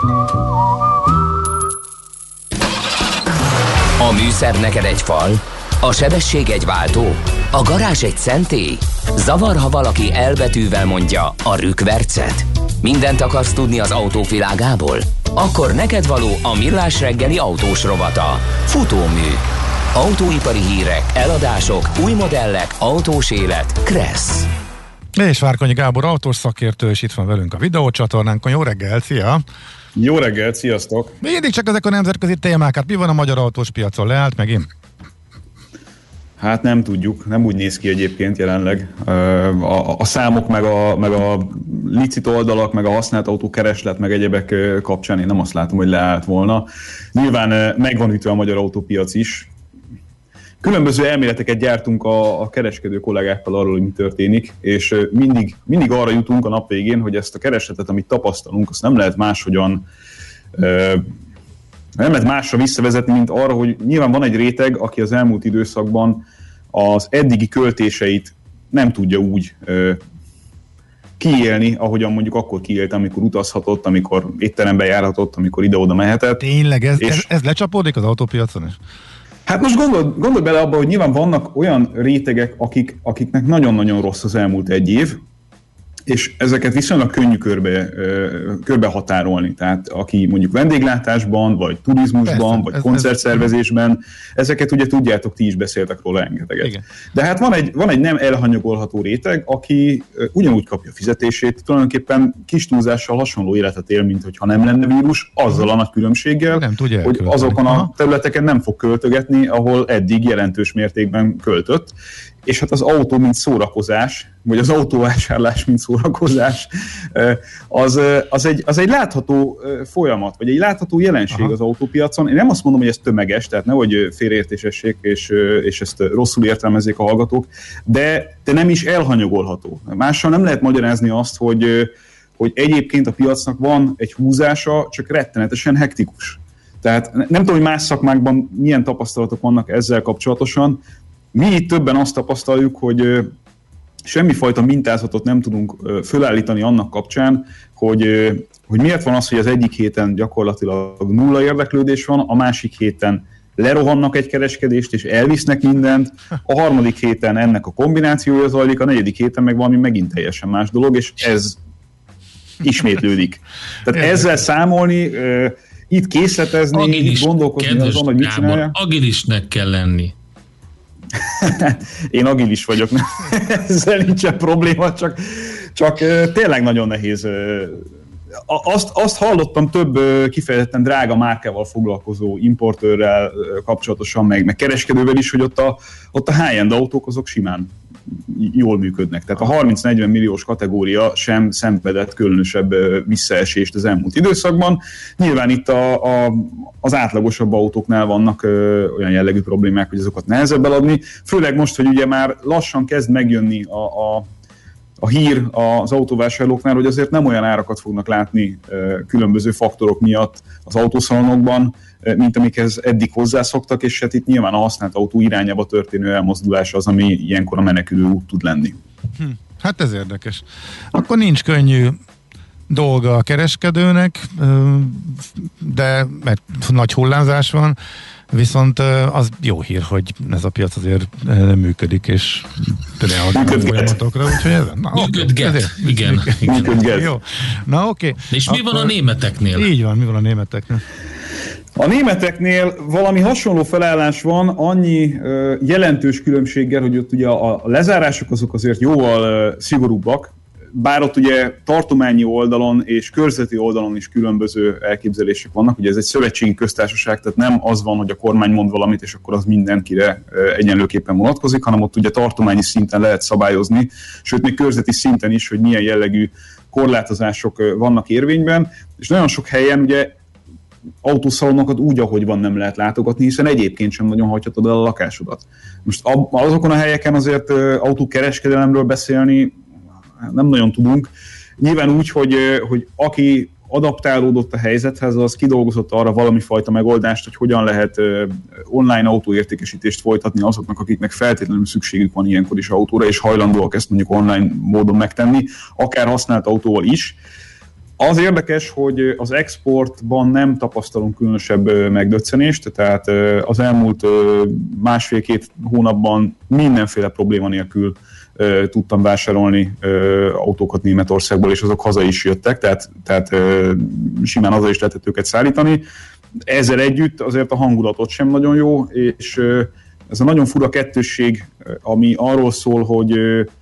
A műszer neked egy fal, a sebesség egy váltó, a garázs egy szentély. Zavar, ha valaki elbetűvel mondja a rükvercet. Mindent akarsz tudni az autóvilágából? Akkor neked való a millás reggeli autós rovata. Futómű. Autóipari hírek, eladások, új modellek, autós élet. Kressz. És Várkonyi Gábor autós szakértő, és itt van velünk a videócsatornánkon. Jó reggel, szia! Jó reggel, sziasztok! Mindig csak ezek a nemzetközi témák. Hát mi van a magyar autós piacon? Leállt megint? Hát nem tudjuk, nem úgy néz ki egyébként jelenleg. A, a, a számok, meg a, meg a licit oldalak, meg a használt autó kereslet, meg egyebek kapcsán én nem azt látom, hogy leállt volna. Nyilván megvan ütve a magyar autópiac is. Különböző elméleteket gyártunk a, a kereskedő kollégákkal arról, hogy mi történik, és mindig, mindig arra jutunk a nap végén, hogy ezt a keresletet, amit tapasztalunk, azt nem lehet máshogyan, nem lehet másra visszavezetni, mint arra, hogy nyilván van egy réteg, aki az elmúlt időszakban az eddigi költéseit nem tudja úgy kiélni, ahogyan mondjuk akkor kiélt, amikor utazhatott, amikor étterembe járhatott, amikor ide-oda mehetett. Tényleg, ez, ez, ez lecsapódik az autópiacon is? Hát most gondolj, gondolj bele abba, hogy nyilván vannak olyan rétegek, akik, akiknek nagyon-nagyon rossz az elmúlt egy év, és ezeket viszonylag könnyű körbe, körbe határolni. Tehát aki mondjuk vendéglátásban, vagy turizmusban, Persze, vagy ez, koncertszervezésben, ez... ezeket ugye tudjátok, ti is beszéltek róla rengeteget. Igen. De hát van egy, van egy nem elhanyagolható réteg, aki ugyanúgy kapja fizetését, tulajdonképpen kis túlzással hasonló életet él, mint hogyha nem lenne vírus, azzal a nagy különbséggel, nem tudja hogy azokon a területeken nem fog költögetni, ahol eddig jelentős mértékben költött. És hát az autó, mint szórakozás, vagy az autóvásárlás, mint szórakozás, az, az, egy, az egy látható folyamat, vagy egy látható jelenség Aha. az autópiacon. Én nem azt mondom, hogy ez tömeges, tehát nehogy félreértésessék, és, és ezt rosszul értelmezzék a hallgatók, de, de nem is elhanyagolható. Mással nem lehet magyarázni azt, hogy, hogy egyébként a piacnak van egy húzása, csak rettenetesen hektikus. Tehát nem tudom, hogy más szakmákban milyen tapasztalatok vannak ezzel kapcsolatosan. Mi itt többen azt tapasztaljuk, hogy semmifajta mintázatot nem tudunk fölállítani annak kapcsán, hogy, hogy miért van az, hogy az egyik héten gyakorlatilag nulla érdeklődés van, a másik héten lerohannak egy kereskedést és elvisznek mindent, a harmadik héten ennek a kombinációja zajlik, a negyedik héten meg valami megint teljesen más dolog, és ez ismétlődik. Tehát ezzel számolni, itt készletezni, Agilis, itt gondolkozni azon, hogy mit csinálja. Agilisnek kell lenni. Én agilis vagyok, ezzel nincsen probléma, csak, csak tényleg nagyon nehéz Azt, azt hallottam több kifejezetten drága márkával foglalkozó importőrrel kapcsolatosan, meg, meg kereskedővel is, hogy ott a, ott a high-end autók azok simán jól működnek. Tehát a harminc-negyven milliós kategória sem szenvedett különösebb visszaesést az elmúlt időszakban. Nyilván itt a, a, az átlagosabb autóknál vannak ö, olyan jellegű problémák, hogy azokat nehezebb eladni. Főleg most, hogy ugye már lassan kezd megjönni a, a a hír az autóvásárlóknál, hogy azért nem olyan árakat fognak látni különböző faktorok miatt az autószalonokban, mint amikhez eddig hozzászoktak, és hát itt nyilván a használt autó irányába történő elmozdulás az, ami ilyenkor a menekülő út tud lenni. Hm, hát ez érdekes. Akkor nincs könnyű dolga a kereskedőnek, de mert nagy hullámzás van, viszont az jó hír, hogy ez a piac azért működik, és reagál a folyamatokra, úgyhogy ez... Működget, igen. Működget. Jó. Na oké. Okay. És akkor... mi van a németeknél? Így van, mi van a németeknél? A németeknél valami hasonló felállás van, annyi ö, jelentős különbséggel, hogy ott ugye a, a lezárások azok azért jóval ö, szigorúbbak, bár ott ugye tartományi oldalon és körzeti oldalon is különböző elképzelések vannak, ugye ez egy szövetségi köztársaság, tehát nem az van, hogy a kormány mond valamit, és akkor az mindenkire egyenlőképpen vonatkozik, hanem ott ugye tartományi szinten lehet szabályozni, sőt még körzeti szinten is, hogy milyen jellegű korlátozások vannak érvényben, és nagyon sok helyen ugye autószalonokat úgy, ahogy van, nem lehet látogatni, hiszen egyébként sem nagyon hagyhatod el a lakásodat. Most azokon a helyeken azért autókereskedelemről beszélni nem nagyon tudunk. Nyilván úgy, hogy, hogy aki adaptálódott a helyzethez, az kidolgozott arra valami fajta megoldást, hogy hogyan lehet online autóértékesítést folytatni azoknak, akiknek feltétlenül szükségük van ilyenkor is autóra, és hajlandóak ezt mondjuk online módon megtenni, akár használt autóval is. Az érdekes, hogy az exportban nem tapasztalunk különösebb megdöccenést, tehát az elmúlt másfél-két hónapban mindenféle probléma nélkül tudtam vásárolni autókat Németországból, és azok haza is jöttek, tehát, tehát simán haza is lehetett őket szállítani. Ezzel együtt azért a hangulatot sem nagyon jó, és ez a nagyon fura kettősség, ami arról szól, hogy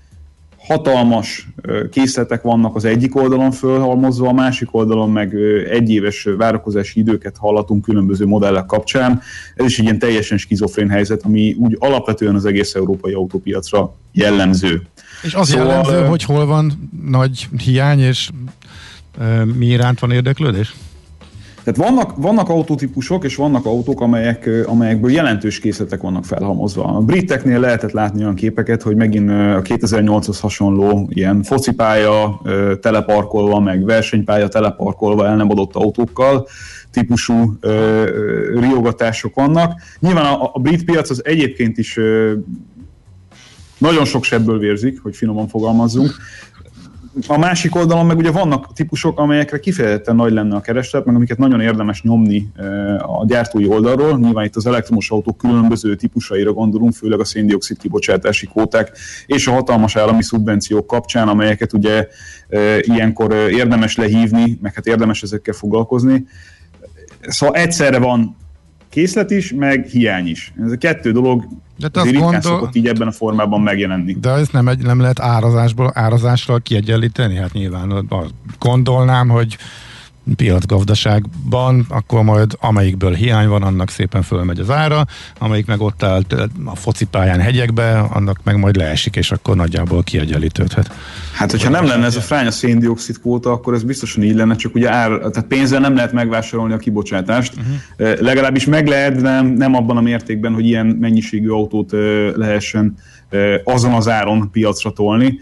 hatalmas készletek vannak az egyik oldalon fölhalmozva, a másik oldalon meg egyéves várakozási időket hallatunk különböző modellek kapcsán. Ez is egy ilyen teljesen skizofrén helyzet, ami úgy alapvetően az egész európai autópiacra jellemző. És az szóval, jellemző, hogy hol van nagy hiány, és e, mi iránt van érdeklődés? Tehát vannak, vannak autótípusok, és vannak autók, amelyek, amelyekből jelentős készletek vannak felhalmozva. A briteknél lehetett látni olyan képeket, hogy megint a kétezer-nyolchoz hasonló ilyen focipálya teleparkolva, meg versenypálya teleparkolva el nem adott autókkal típusú riogatások vannak. Nyilván a, a brit piac az egyébként is nagyon sok sebből vérzik, hogy finoman fogalmazzunk. A másik oldalon meg ugye vannak típusok, amelyekre kifejezetten nagy lenne a kereslet, meg amiket nagyon érdemes nyomni a gyártói oldalról. Nyilván itt az elektromos autók különböző típusaira gondolunk, főleg a szén-dioxid kibocsátási kvóták és a hatalmas állami szubvenciók kapcsán, amelyeket ugye ilyenkor érdemes lehívni, meg hát érdemes ezekkel foglalkozni. Szóval egyszerre van készlet is, meg hiány is. Ez a kettő dolog azért ritkán gondol... szokott így ebben a formában megjelenni. De ez nem, egy, nem lehet árazásból, árazásról kiegyenlíteni? Hát nyilván gondolnám, hogy piacgazdaságban, akkor majd amelyikből hiány van, annak szépen fölmegy az ára, amelyik meg ott áll a focipályán hegyekbe, annak meg majd leesik, és akkor nagyjából kiegyenlítődhet. Hát, hogyha nem lenne ez a fránya szén-dioxid kvóta, akkor ez biztosan így lenne, csak ugye ár, tehát pénzzel nem lehet megvásárolni a kibocsátást. Uh-huh. Legalábbis meg lehet, de nem, nem abban a mértékben, hogy ilyen mennyiségű autót lehessen azon az áron piacra tolni.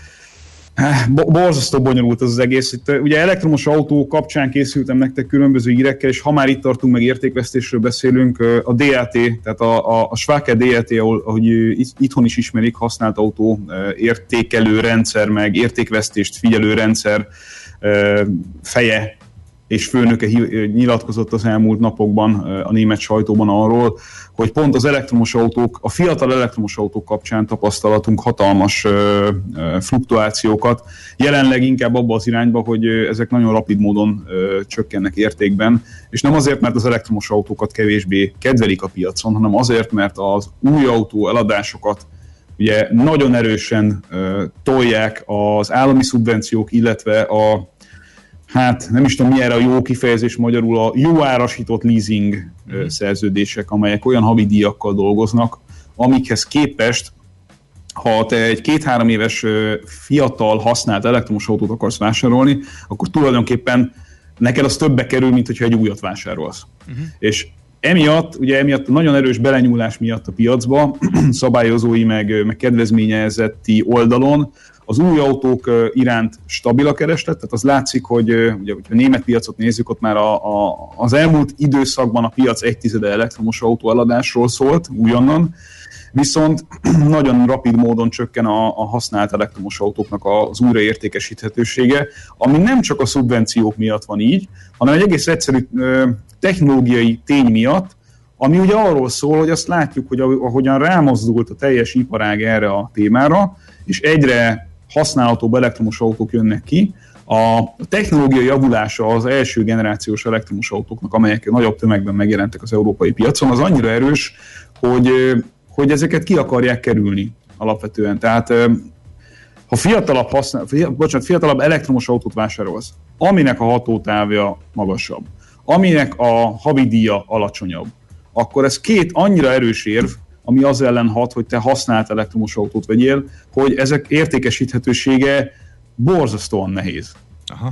Borzasztó bonyolult az, az egész. Itt, ugye elektromos autó kapcsán készültem nektek különböző hírekkel, és ha már itt tartunk, meg értékvesztésről beszélünk, a dé á té, tehát a, a, a Schwake dé á té, ahol, ahogy itthon is ismerik, használt autó értékelő rendszer, meg értékvesztést figyelő rendszer feje és főnöke nyilatkozott az elmúlt napokban a német sajtóban arról, hogy pont az elektromos autók, a fiatal elektromos autók kapcsán tapasztalatunk hatalmas fluktuációkat. Jelenleg inkább abba az irányba, hogy ezek nagyon rapid módon csökkennek értékben, és nem azért, mert az elektromos autókat kevésbé kedvelik a piacon, hanem azért, mert az új autó eladásokat ugye nagyon erősen tolják az állami szubvenciók, illetve a hát nem is tudom mi erre a jó kifejezés magyarul, a jó árasított leasing mm. szerződések, amelyek olyan havidíjakkal dolgoznak, amikhez képest, ha te egy két-három éves fiatal használt elektromos autót akarsz vásárolni, akkor tulajdonképpen neked az többbe kerül, mint hogyha egy újat vásárolsz. Uh-huh. És emiatt, ugye emiatt nagyon erős belenyúlás miatt a piacba, szabályozói meg, meg kedvezményezetti oldalon az új autók iránt stabil a kereslet, tehát az látszik, hogy ugye, hogyha a német piacot nézzük, ott már a, a, az elmúlt időszakban a piac egy tizede elektromos autó eladásról szólt, újonnan, viszont nagyon rapid módon csökken a, a használt elektromos autóknak az újraértékesíthetősége, ami nem csak a szubvenciók miatt van így, hanem egy egész egyszerű ö, technológiai tény miatt, ami ugye arról szól, hogy azt látjuk, hogy ahogyan rámozdult a teljes iparág erre a témára, és egyre használhatóbb elektromos autók jönnek ki, a technológiai javulása az első generációs elektromos autóknak, amelyek nagyobb tömegben megjelentek az európai piacon, az annyira erős, hogy hogy ezeket ki akarják kerülni alapvetően. Tehát ha fiatalabb, használ, bocsánat, fiatalabb elektromos autót vásárolsz, aminek a hatótávja magasabb, aminek a havidíja alacsonyabb, akkor ez két annyira erős érv, ami az ellen hat, hogy te használt elektromos autót vegyél, hogy ezek értékesíthetősége borzasztóan nehéz. Aha.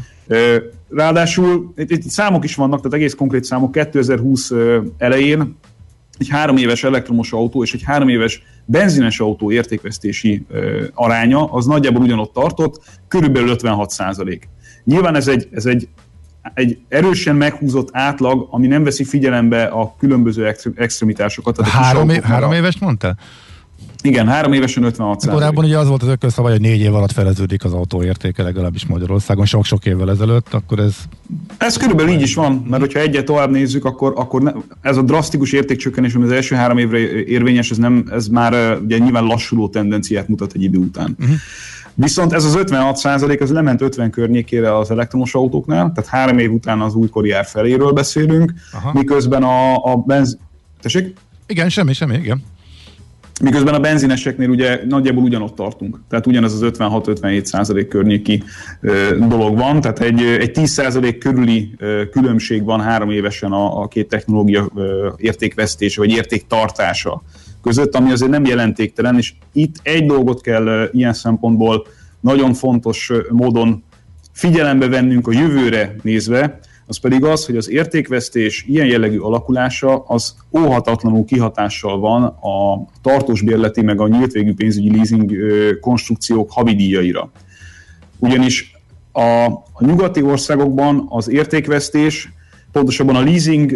Ráadásul itt, itt számok is vannak, tehát egész konkrét számok. kétezer-húsz elején egy három éves elektromos autó és egy három éves benzines autó értékvesztési ö, aránya az nagyjából ugyanott tartott, körülbelül ötvenhat százalék. Nyilván ez egy, ez egy, egy erősen meghúzott átlag, ami nem veszi figyelembe a különböző extremitásokat. Három, é- három éves mondtál? Igen, három évesen ötvenhat százalék. Korábban ugye az volt az ökölszabály, hogy négy év alatt feleződik az autó értéke, legalábbis Magyarországon, sok-sok évvel ezelőtt, akkor ez... Ez körülbelül így is van, mert hogyha egyet tovább nézzük, akkor, akkor ne, ez a drasztikus értékcsökkenés, ami az első három évre érvényes, ez, nem, ez már ugye nyilván lassuló tendenciát mutat egy idő után. Uh-huh. Viszont ez az ötvenhat százalék, az lement ötven környékére az elektromos autóknál, tehát három év után az újkori ár feléről beszélünk, aha, miközben a, a benz... Tessék? Igen, semmi, semmi, igen. Miközben a benzineseknél ugye nagyjából ugyanott tartunk. Tehát ugyanez az ötvenhat-ötvenhét százalék környéki ö, dolog van. Tehát egy, egy tíz százalék körüli ö, különbség van három évesen a, a két technológia ö, értékvesztése vagy értéktartása között, ami azért nem jelentéktelen, és itt egy dolgot kell ö, ilyen szempontból nagyon fontos ö, módon figyelembe vennünk a jövőre nézve, az pedig az, hogy az értékvesztés ilyen jellegű alakulása az óhatatlanul kihatással van a tartósbérleti meg a nyíltvégű pénzügyi leasing konstrukciók havidíjaira. Ugyanis a, a nyugati országokban az értékvesztés, pontosabban a leasing,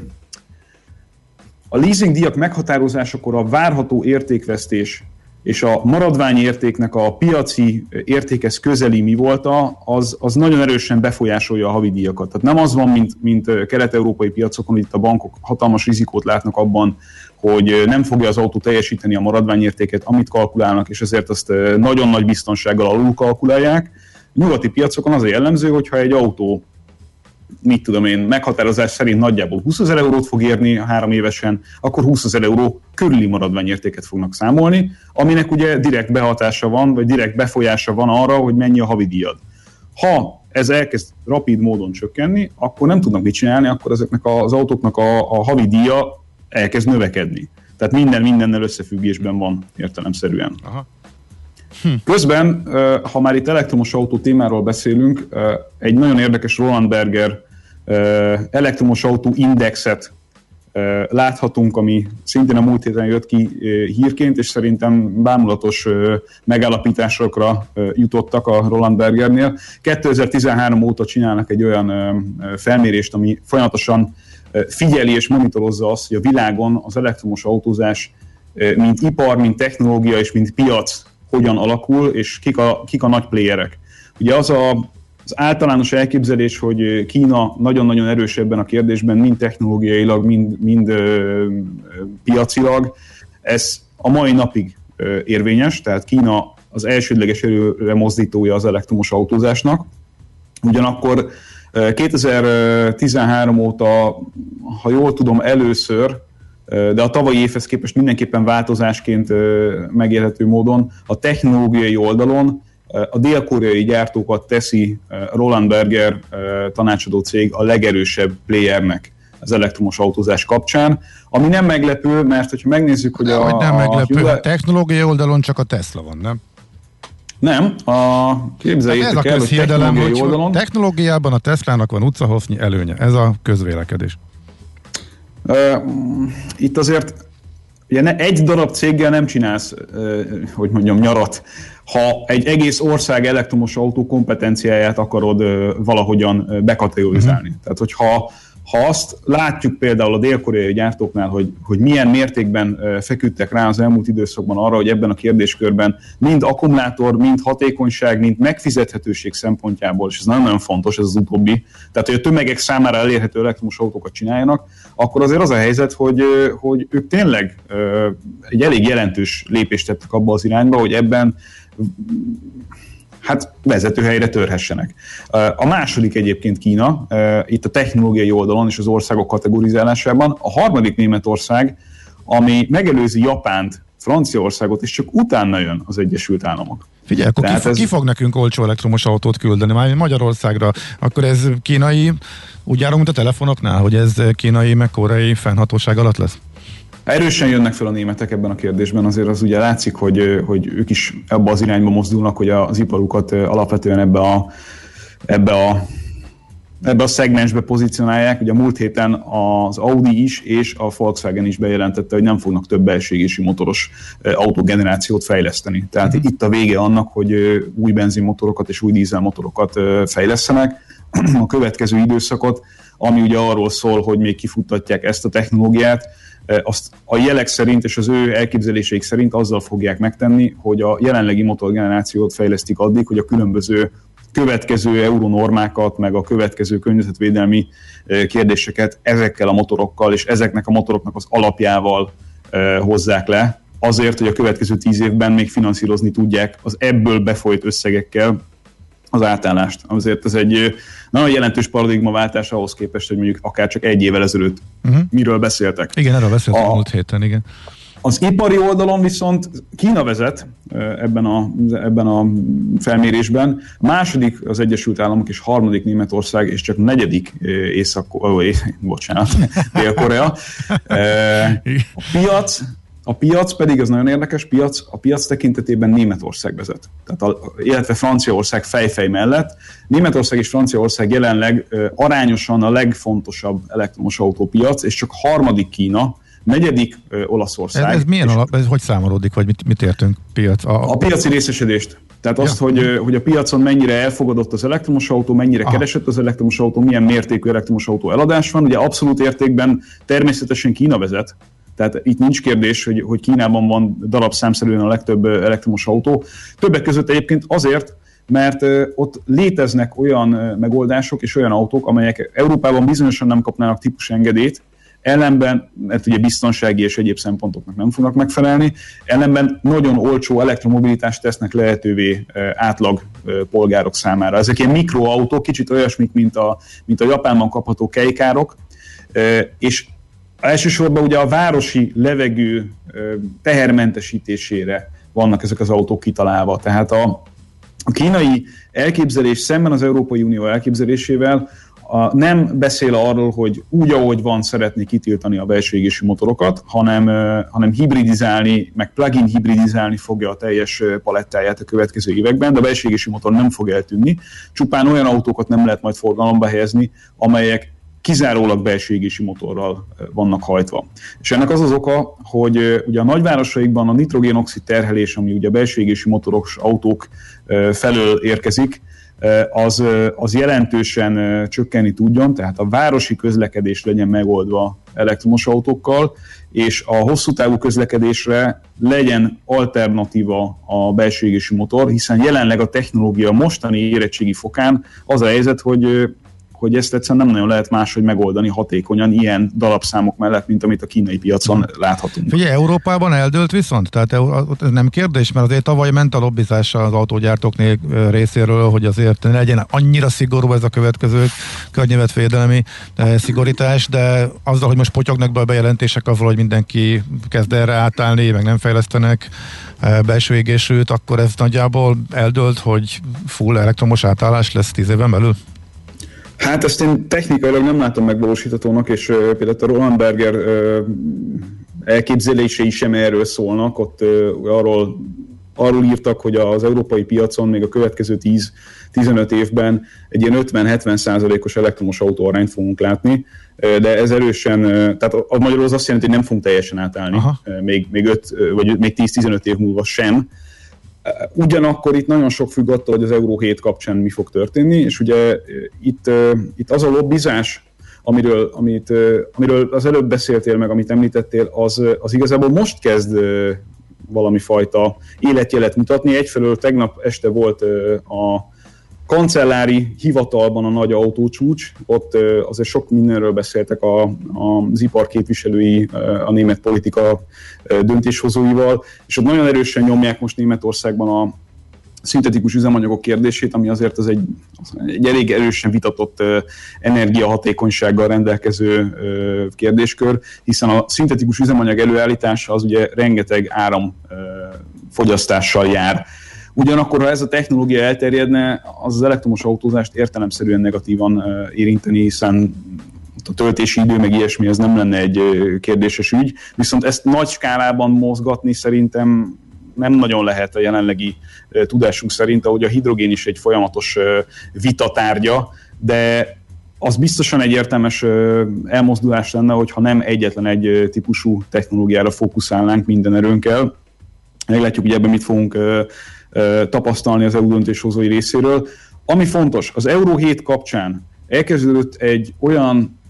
a leasing díjak meghatározásakor a várható értékvesztés és a maradványi értéknek a piaci értékhez közeli mi volta, az, az nagyon erősen befolyásolja a havidíjakat. Tehát nem az van, mint, mint kelet-európai piacokon, itt a bankok hatalmas rizikót látnak abban, hogy nem fogja az autó teljesíteni a maradványértéket, amit kalkulálnak, és ezért azt nagyon nagy biztonsággal alul kalkulálják. A nyugati piacokon az a jellemző, hogyha egy autó, mit tudom én, meghatározás szerint nagyjából húszezer eurót fog érni három évesen, akkor húszezer euró körüli maradványértéket fognak számolni, aminek ugye direkt behatása van, vagy direkt befolyása van arra, hogy mennyi a havidíjad. Ha ez elkezd rapid módon csökkenni, akkor nem tudnak mit csinálni, akkor ezeknek az autóknak a, a havidíja elkezd növekedni. Tehát minden mindennel összefüggésben van értelemszerűen. Aha. Hm. Közben, ha már itt elektromos autó témáról beszélünk, egy nagyon érdekes Roland Berger elektromos autó indexet láthatunk, ami szintén a múlt héten jött ki hírként, és szerintem bámulatos megállapításokra jutottak a Roland Bergernél. kétezer-tizenhárom óta csinálnak egy olyan felmérést, ami folyamatosan figyeli és monitorozza azt, hogy a világon az elektromos autózás mint ipar, mint technológia és mint piac hogyan alakul, és kik a, kik a nagy playerek. Ugye az a, az általános elképzelés, hogy Kína nagyon-nagyon erős ebben a kérdésben, mind technológiailag, mind, mind ö, piacilag, ez a mai napig ö, érvényes, tehát Kína az elsődleges erőre mozdítója az elektromos autózásnak. Ugyanakkor kétezer-tizenhárom óta, ha jól tudom, először, de a tavalyi évhez képest mindenképpen változásként megélhető módon a technológiai oldalon a dél-koreai gyártókat teszi Roland Berger tanácsadó cég a legerősebb playernek az elektromos autózás kapcsán, ami nem meglepő, mert hogyha megnézzük, hogy a... Hogy nem meglepő, a, Hyundai... a technológiai oldalon csak a Tesla van, nem? Nem, a képzeljétek hát el, hogy technológiai oldalon... Technológiában a Teslának van utcahosznyi előnye, ez a közvélekedés. Uh, itt azért ugye ne, egy darab céggel nem csinálsz, uh, hogy mondjam, nyarat, ha egy egész ország elektromos autó kompetenciáját akarod uh, valahogyan uh, bekategorizálni. Uh-huh. Tehát, hogyha ha azt látjuk például a dél-koreai gyártóknál, hogy, hogy milyen mértékben uh, feküdtek rá az elmúlt időszakban arra, hogy ebben a kérdéskörben mind akkumulátor, mind hatékonyság, mind megfizethetőség szempontjából, és ez nagyon-nagyon fontos, ez az utóbbi, tehát hogy a tömegek számára elérhető elektromos autókat csináljanak, akkor azért az a helyzet, hogy, uh, hogy ők tényleg uh, egy elég jelentős lépést tettek abba az irányba, hogy ebben hát vezető helyre törhessenek. A második egyébként Kína, itt a technológiai oldalon és az országok kategorizálásában, a harmadik Németország, ami megelőzi Japánt, Franciaországot, és csak utána jön az Egyesült Államok. Figyelj, akkor ki, fog, ez... ki fog nekünk olcsó elektromos autót küldeni? Már Magyarországra, akkor ez kínai, úgy járunk, mint a telefonoknál, hogy ez kínai meg koreai fennhatóság alatt lesz? Erősen jönnek fel a németek ebben a kérdésben, azért az ugye látszik, hogy, hogy ők is ebbe az irányba mozdulnak, hogy az iparukat alapvetően ebbe a, ebbe a, ebbe a szegmensbe pozícionálják. Ugye a múlt héten az Audi is és a Volkswagen is bejelentette, hogy nem fognak több belső égésű motoros autógenerációt fejleszteni. Tehát mm-hmm. itt a vége annak, hogy új benzinmotorokat és új dízelmotorokat fejlesztenek. A következő időszakot, ami ugye arról szól, hogy még kifuttatják ezt a technológiát, azt a jelek szerint és az ő elképzeléseik szerint azzal fogják megtenni, hogy a jelenlegi motorgenerációt fejlesztik addig, hogy a különböző következő euronormákat, meg a következő környezetvédelmi kérdéseket ezekkel a motorokkal és ezeknek a motoroknak az alapjával hozzák le, azért, hogy a következő tíz évben még finanszírozni tudják az ebből befolyt összegekkel az átállást. Azért ez egy nagyon jelentős paradigmaváltás ahhoz képest, hogy mondjuk akár csak egy évvel ezelőtt uh-huh. miről beszéltek. Igen, erről beszéltek a múlt héten, igen. Az ipari oldalon viszont Kína vezet ebben a, ebben a felmérésben. A második az Egyesült Államok és harmadik Németország, és csak negyedik Észak, oh, bocsánat, Dél-Korea. A piac A piac pedig, ez nagyon érdekes, piac, a piac tekintetében Németország vezet. Tehát a, illetve Franciaország fejfej mellett. Németország és Franciaország jelenleg ö, arányosan a legfontosabb elektromos autópiac, és csak harmadik Kína, negyedik ö, Olaszország. Ez, ez milyen alap, ez hogy számolódik, vagy mit, mit értünk piac? A, a piaci részesedést. Tehát azt, ja. hogy, hogy a piacon mennyire elfogadott az elektromos autó, mennyire Aha. keresett az elektromos autó, milyen mértékű elektromos autó eladás van. Ugye abszolút értékben természetesen Kína vezet. Tehát itt nincs kérdés, hogy, hogy Kínában van darabszámszerűen a legtöbb elektromos autó. Többek között egyébként azért, mert ott léteznek olyan megoldások és olyan autók, amelyek Európában bizonyosan nem kapnának típusengedélyt, ellenben, mert ugye biztonsági és egyéb szempontoknak nem fognak megfelelni, ellenben nagyon olcsó elektromobilitást tesznek lehetővé átlag polgárok számára. Ezek ilyen mikroautók, kicsit olyasmik, mint a, mint a Japánban kapható kejkárok, és elsősorban ugye a városi levegő tehermentesítésére vannak ezek az autók kitalálva. Tehát a, a kínai elképzelés szemben az Európai Unió elképzelésével a, nem beszél arról, hogy úgy, ahogy van, szeretné kitiltani a belső égésű motorokat, hanem, hanem hibridizálni, meg plug-in hibridizálni fogja a teljes palettáját a következő években, de a belső égésű motor nem fog eltűnni. Csupán olyan autókat nem lehet majd forgalomba helyezni, amelyek kizárólag belső égési motorral vannak hajtva. És ennek az az oka, hogy ugye a nagyvárosaikban a nitrogén-oxid terhelés, ami ugye a belső égési motoros autók felől érkezik, az, az jelentősen csökkenni tudjon, tehát a városi közlekedés legyen megoldva elektromos autókkal, és a hosszú távú közlekedésre legyen alternatíva a belső égési motor, hiszen jelenleg a technológia mostani érettségi fokán az a helyzet, hogy hogy ezt egyszerűen nem nagyon lehet máshogy megoldani hatékonyan ilyen darabszámok mellett, mint amit a kínai piacon láthatunk. Figyelj, Európában eldőlt viszont? Tehát ez nem kérdés, mert azért tavaly ment a lobbizás az autógyártók részéről, hogy azért ne legyen annyira szigorú ez a következő környezetvédelmi szigorítás, de azzal, hogy most potyognak be a bejelentések azzal, hogy mindenki kezd erre átállni, meg nem fejlesztenek belső égésűt, akkor ez nagyjából eldőlt, hogy full elektromos átállás lesz tíz éven belül? Hát ezt én technikailag nem látom megvalósíthatónak, és uh, például a Roland Berger uh, elképzelései sem erről szólnak, ott uh, arról, arról írtak, hogy az európai piacon még a következő tíz-tizenöt évben egy ilyen ötven-hetven százalékos elektromos autóarányt fogunk látni, de ez erősen, tehát a magyarul az azt jelenti, hogy nem fogunk teljesen átállni, Aha. még, még, öt, vagy még tíz-tizenöt év múlva sem. Ugyanakkor itt nagyon sok függ attól, hogy az Euró hét kapcsán mi fog történni, és ugye itt, itt az a lobbizás, amiről, amit, amiről az előbb beszéltél meg, amit említettél, az, az igazából most kezd valami fajta életjelet mutatni. Egyfelől tegnap este volt a kancellári hivatalban a nagy autócsúcs, ott azért sok mindenről beszéltek a, a, az ipar képviselői, a német politika döntéshozóival, és ott nagyon erősen nyomják most Németországban a szintetikus üzemanyagok kérdését, ami azért az egy, egy elég erősen vitatott energiahatékonysággal rendelkező kérdéskör, hiszen a szintetikus üzemanyag előállítása az ugye rengeteg áramfogyasztással jár. Ugyanakkor, ha ez a technológia elterjedne, az az elektromos autózást értelemszerűen negatívan érinteni, hiszen a töltési idő, meg ilyesmi, ez nem lenne egy kérdéses ügy. Viszont ezt nagy skálában mozgatni szerintem nem nagyon lehet a jelenlegi tudásunk szerint, ahogy a hidrogén is egy folyamatos vitatárgya, de az biztosan egy értelmes elmozdulás lenne, hogyha nem egyetlen egy típusú technológiára fókuszálnánk minden erőnkkel. Meglátjuk, hogy ebben mit fogunk tapasztalni az é u döntéshozói részéről. Ami fontos, az Euró hét kapcsán elkezdődött egy olyan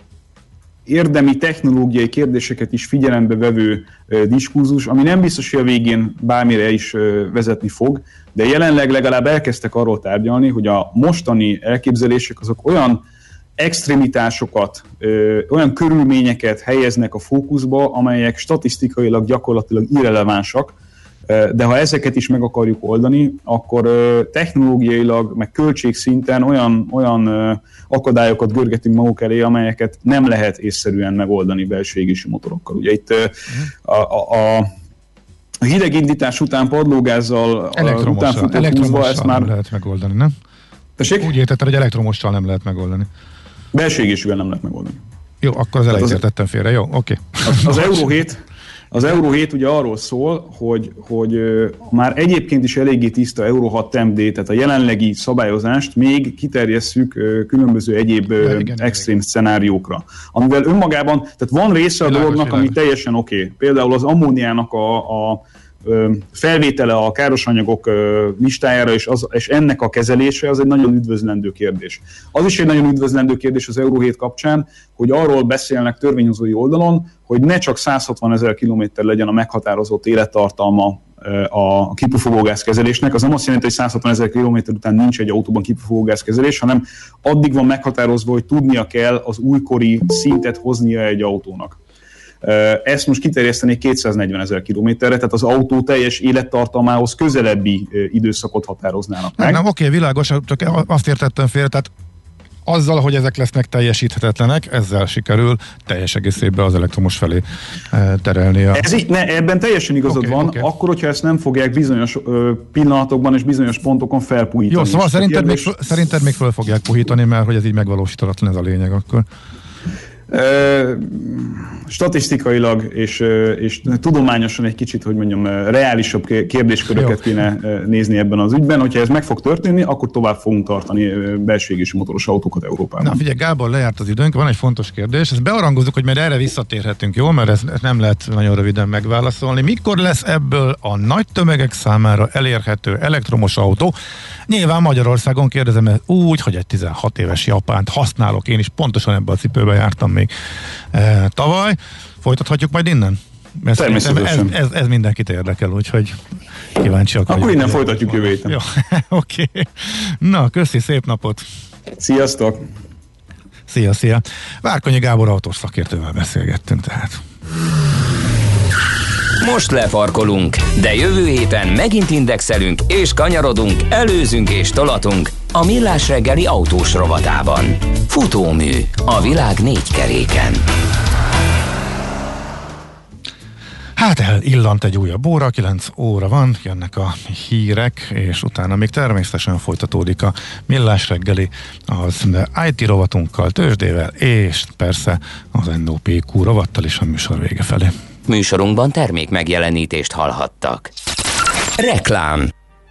érdemi technológiai kérdéseket is figyelembe vevő diskurzus, ami nem biztos, hogy a végén bármire is vezetni fog, de jelenleg legalább elkezdtek arról tárgyalni, hogy a mostani elképzelések azok olyan extrémitásokat, olyan körülményeket helyeznek a fókuszba, amelyek statisztikailag gyakorlatilag irrelevánsak, de ha ezeket is meg akarjuk oldani, akkor technológiailag, meg költségszinten olyan, olyan akadályokat görgetünk maguk elé, amelyeket nem lehet észszerűen megoldani belső égésű motorokkal. Ugye itt a, a, a hidegindítás után padlógázzal utánfutott húzva ezt már... nem lehet megoldani, nem? Tessék? Úgy értettem, hogy elektromossal nem lehet megoldani. Belső égésűvel nem lehet megoldani. Jó, akkor az elejét értettem félre. Jó, oké. Okay. Az, az Euró hét Az Euró hét ugye arról szól, hogy, hogy már egyébként is eléggé tiszta Euró hat té e em dé, tehát a jelenlegi szabályozást még kiterjesszük különböző egyéb ja, igen, extrém igen. szenáriókra. Amivel önmagában, tehát van része a világos, dolognak, világos. Ami teljesen oké. Okay. Például az ammóniának a, a felvétele a káros anyagok listájára, és, az, és ennek a kezelése az egy nagyon üdvözlendő kérdés. Az is egy nagyon üdvözlendő kérdés az Euró hét kapcsán, hogy arról beszélnek törvényhozói oldalon, hogy ne csak száz hatvanezer kilométer legyen a meghatározott élettartalma a kipufogógázkezelésnek. Az nem azt jelenti, hogy száz hatvanezer kilométer után nincs egy autóban kipufogógázkezelés, hanem addig van meghatározva, hogy tudnia kell az újkori szintet hoznia egy autónak. Ezt most kiterjesztenék kétszáznegyvenezer kilométerre, tehát az autó teljes élettartalmához közelebbi időszakot határoznának meg. Nem, nem oké, világos, csak azt értettem félre, tehát azzal, hogy ezek lesznek teljesíthetetlenek, ezzel sikerül teljes egészében az elektromos felé terelni. A... Ez így, ne, ebben teljesen igazad okay, van, okay. Akkor, hogyha ezt nem fogják bizonyos ö, pillanatokban és bizonyos pontokon felpuhítani. Jó, szóval szerinted, kérdés... még, szerinted még fel fogják puhítani, mert hogy ez így megvalósítatlan, ez a lényeg akkor. Uh, statisztikailag és, és tudományosan egy kicsit, hogy mondjam, reálisabb kérdésköröket Jó. kéne nézni ebben az ügyben. Hogyha ez meg fog történni, akkor tovább fogunk tartani belső égésű motoros autókat Európában. Na figyelj, Gábor, lejárt az időnk, van egy fontos kérdés, ezt bearangozzuk, hogy majd erre visszatérhetünk, jó? Mert ezt nem lehet nagyon röviden megválaszolni. Mikor lesz ebből a nagy tömegek számára elérhető elektromos autó? Nyilván Magyarországon kérdezem, úgy, hogy egy tizenhat éves japánt használok, én is pontosan ebbe a cipőbe jártam még e, tavaly. Folytathatjuk majd innen? Mert természetesen. Ez, ez, ez mindenkit érdekel, úgyhogy kíváncsiak vagyok. Akkor innen folytatjuk jövő héten. Jó, oké. Okay. Na, köszi, szép napot! Sziasztok! Szia, szia! Várkonyi Gábor autós szakértővel beszélgettünk tehát. Most lefarkolunk, de jövő héten megint indexelünk és kanyarodunk, előzünk és tolatunk a Millás reggeli autós rovatában. Futómű a világ négy keréken. Hát elillant egy újabb óra, kilenc óra van, jönnek a hírek, és utána még természetesen folytatódik a Millás reggeli az i té rovatunkkal, tőzsdével, és persze az en o pé kú rovattal is a műsor vége felé. Műsorunkban termék megjelenítést hallhattak. Reklám.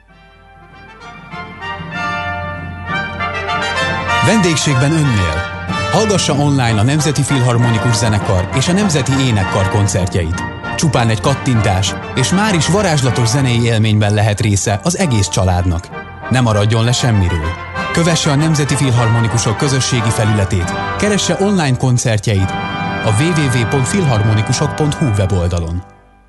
Vendégségben önnél. Hallgassa online a Nemzeti Filharmonikus Zenekar és a Nemzeti Énekkar koncertjeit. Csupán egy kattintás, és már is varázslatos zenei élményben lehet része az egész családnak. Ne maradjon le semmiről. Kövesse a Nemzeti Filharmonikusok közösségi felületét, keresse online koncertjeit a double-u double-u double-u pont filharmonikusok pont hu weboldalon.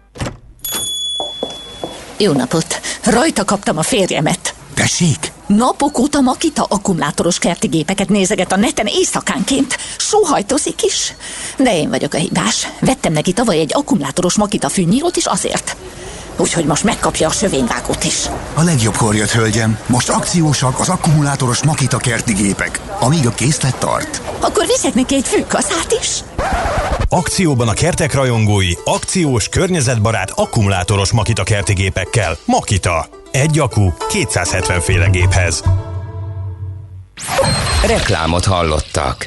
Jó napot! Rajta kaptam a férjemet. Tessék? Napok óta Makita akkumulátoros kerti gépeket nézeget a neten éjszakánként. Sóhajtozik is. De én vagyok a hibás. Vettem neki tavaly egy akkumulátoros Makita fűnyírót is azért. Úgyhogy most megkapja a sövényvágót is. A legjobbkor jött, hölgyem. Most akciósak az akkumulátoros Makita kerti gépek, amíg a készlet tart. Akkor viszek neki egy fűkaszát is. Akcióban a kertek rajongói, akciós, környezetbarát, akkumulátoros Makita kerti gépekkel. Makita. Egy akku kétszázhetven féle géphez. Reklámot hallottak.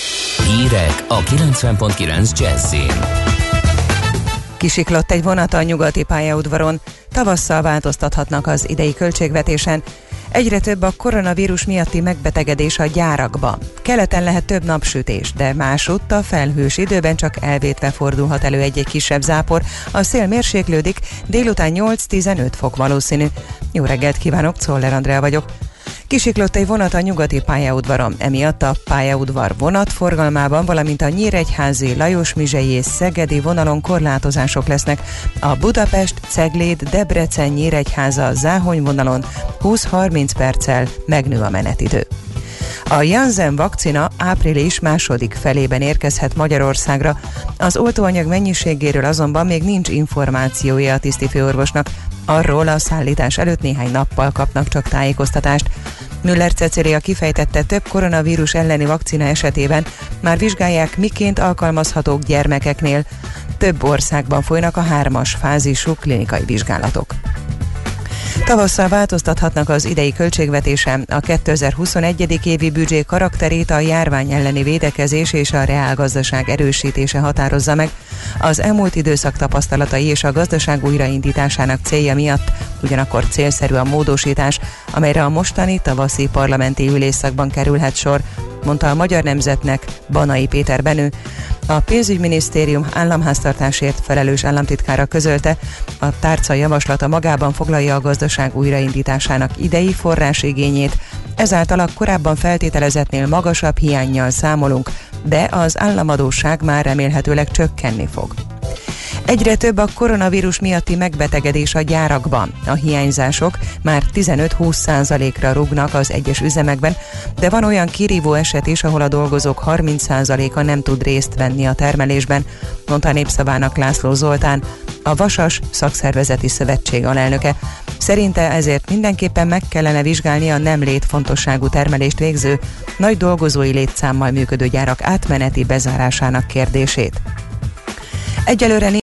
Hírek a kilencven pont kilenc Jazzin. Kisiklott egy vonat a nyugati pályaudvaron, tavasszal változtathatnak az idei költségvetésen. Egyre több a koronavírus miatti megbetegedés a gyárakban. Keleten lehet több napsütés, de másutt a felhős időben csak elvétve fordulhat elő egy-egy kisebb zápor. A szél mérséklődik, délután nyolc-tizenöt fok valószínű. Jó reggelt kívánok, Czoller Andrea vagyok. Kisiklott egy vonat a nyugati pályaudvaron, emiatt a pályaudvar vonatforgalmában, valamint a nyíregyházi, Lajos-Mizsei és Szegedi vonalon korlátozások lesznek. A Budapest, Cegléd, Debrecen, Nyíregyháza, Záhony vonalon húsz-harminc perccel megnő a menetidő. A Janssen vakcina április második felében érkezhet Magyarországra. Az oltóanyag mennyiségéről azonban még nincs információja a tisztifőorvosnak. Arról a szállítás előtt néhány nappal kapnak csak tájékoztatást. Müller Cecília kifejtette, több koronavírus elleni vakcina esetében már vizsgálják, miként alkalmazhatók gyermekeknél. Több országban folynak a hármas fázisú klinikai vizsgálatok. Tavasszal változtathatnak az idei költségvetésen. A kétezer-huszonegy. évi büdzsé karakterét a járvány elleni védekezés és a reálgazdaság erősítése határozza meg. Az elmúlt időszak tapasztalatai és a gazdaság újraindításának célja miatt ugyanakkor célszerű a módosítás, amelyre a mostani tavaszi parlamenti ülésszakban kerülhet sor, mondta a Magyar Nemzetnek Banai Péter Benő. A pénzügyminisztérium államháztartásért felelős államtitkára közölte, a tárca javaslata magában foglalja a gazdaság újraindításának idei forrásigényét, ezáltal a korábban feltételezettnél magasabb hiánnyal számolunk, de az államadósság már remélhetőleg csökkenni fog. Egyre több a koronavírus miatti megbetegedés a gyárakban. A hiányzások már tizenöt-húsz százalékra rúgnak az egyes üzemekben, de van olyan kirívó eset is, ahol a dolgozók harminc százaléka nem tud részt venni a termelésben, mondta a Népszavának László Zoltán, a Vasas Szakszervezeti Szövetség alelnöke. Szerinte ezért mindenképpen meg kellene vizsgálni a nem létfontosságú termelést végző, nagy dolgozói létszámmal működő gyárak átmeneti bezárásának kérdését. Egyelőre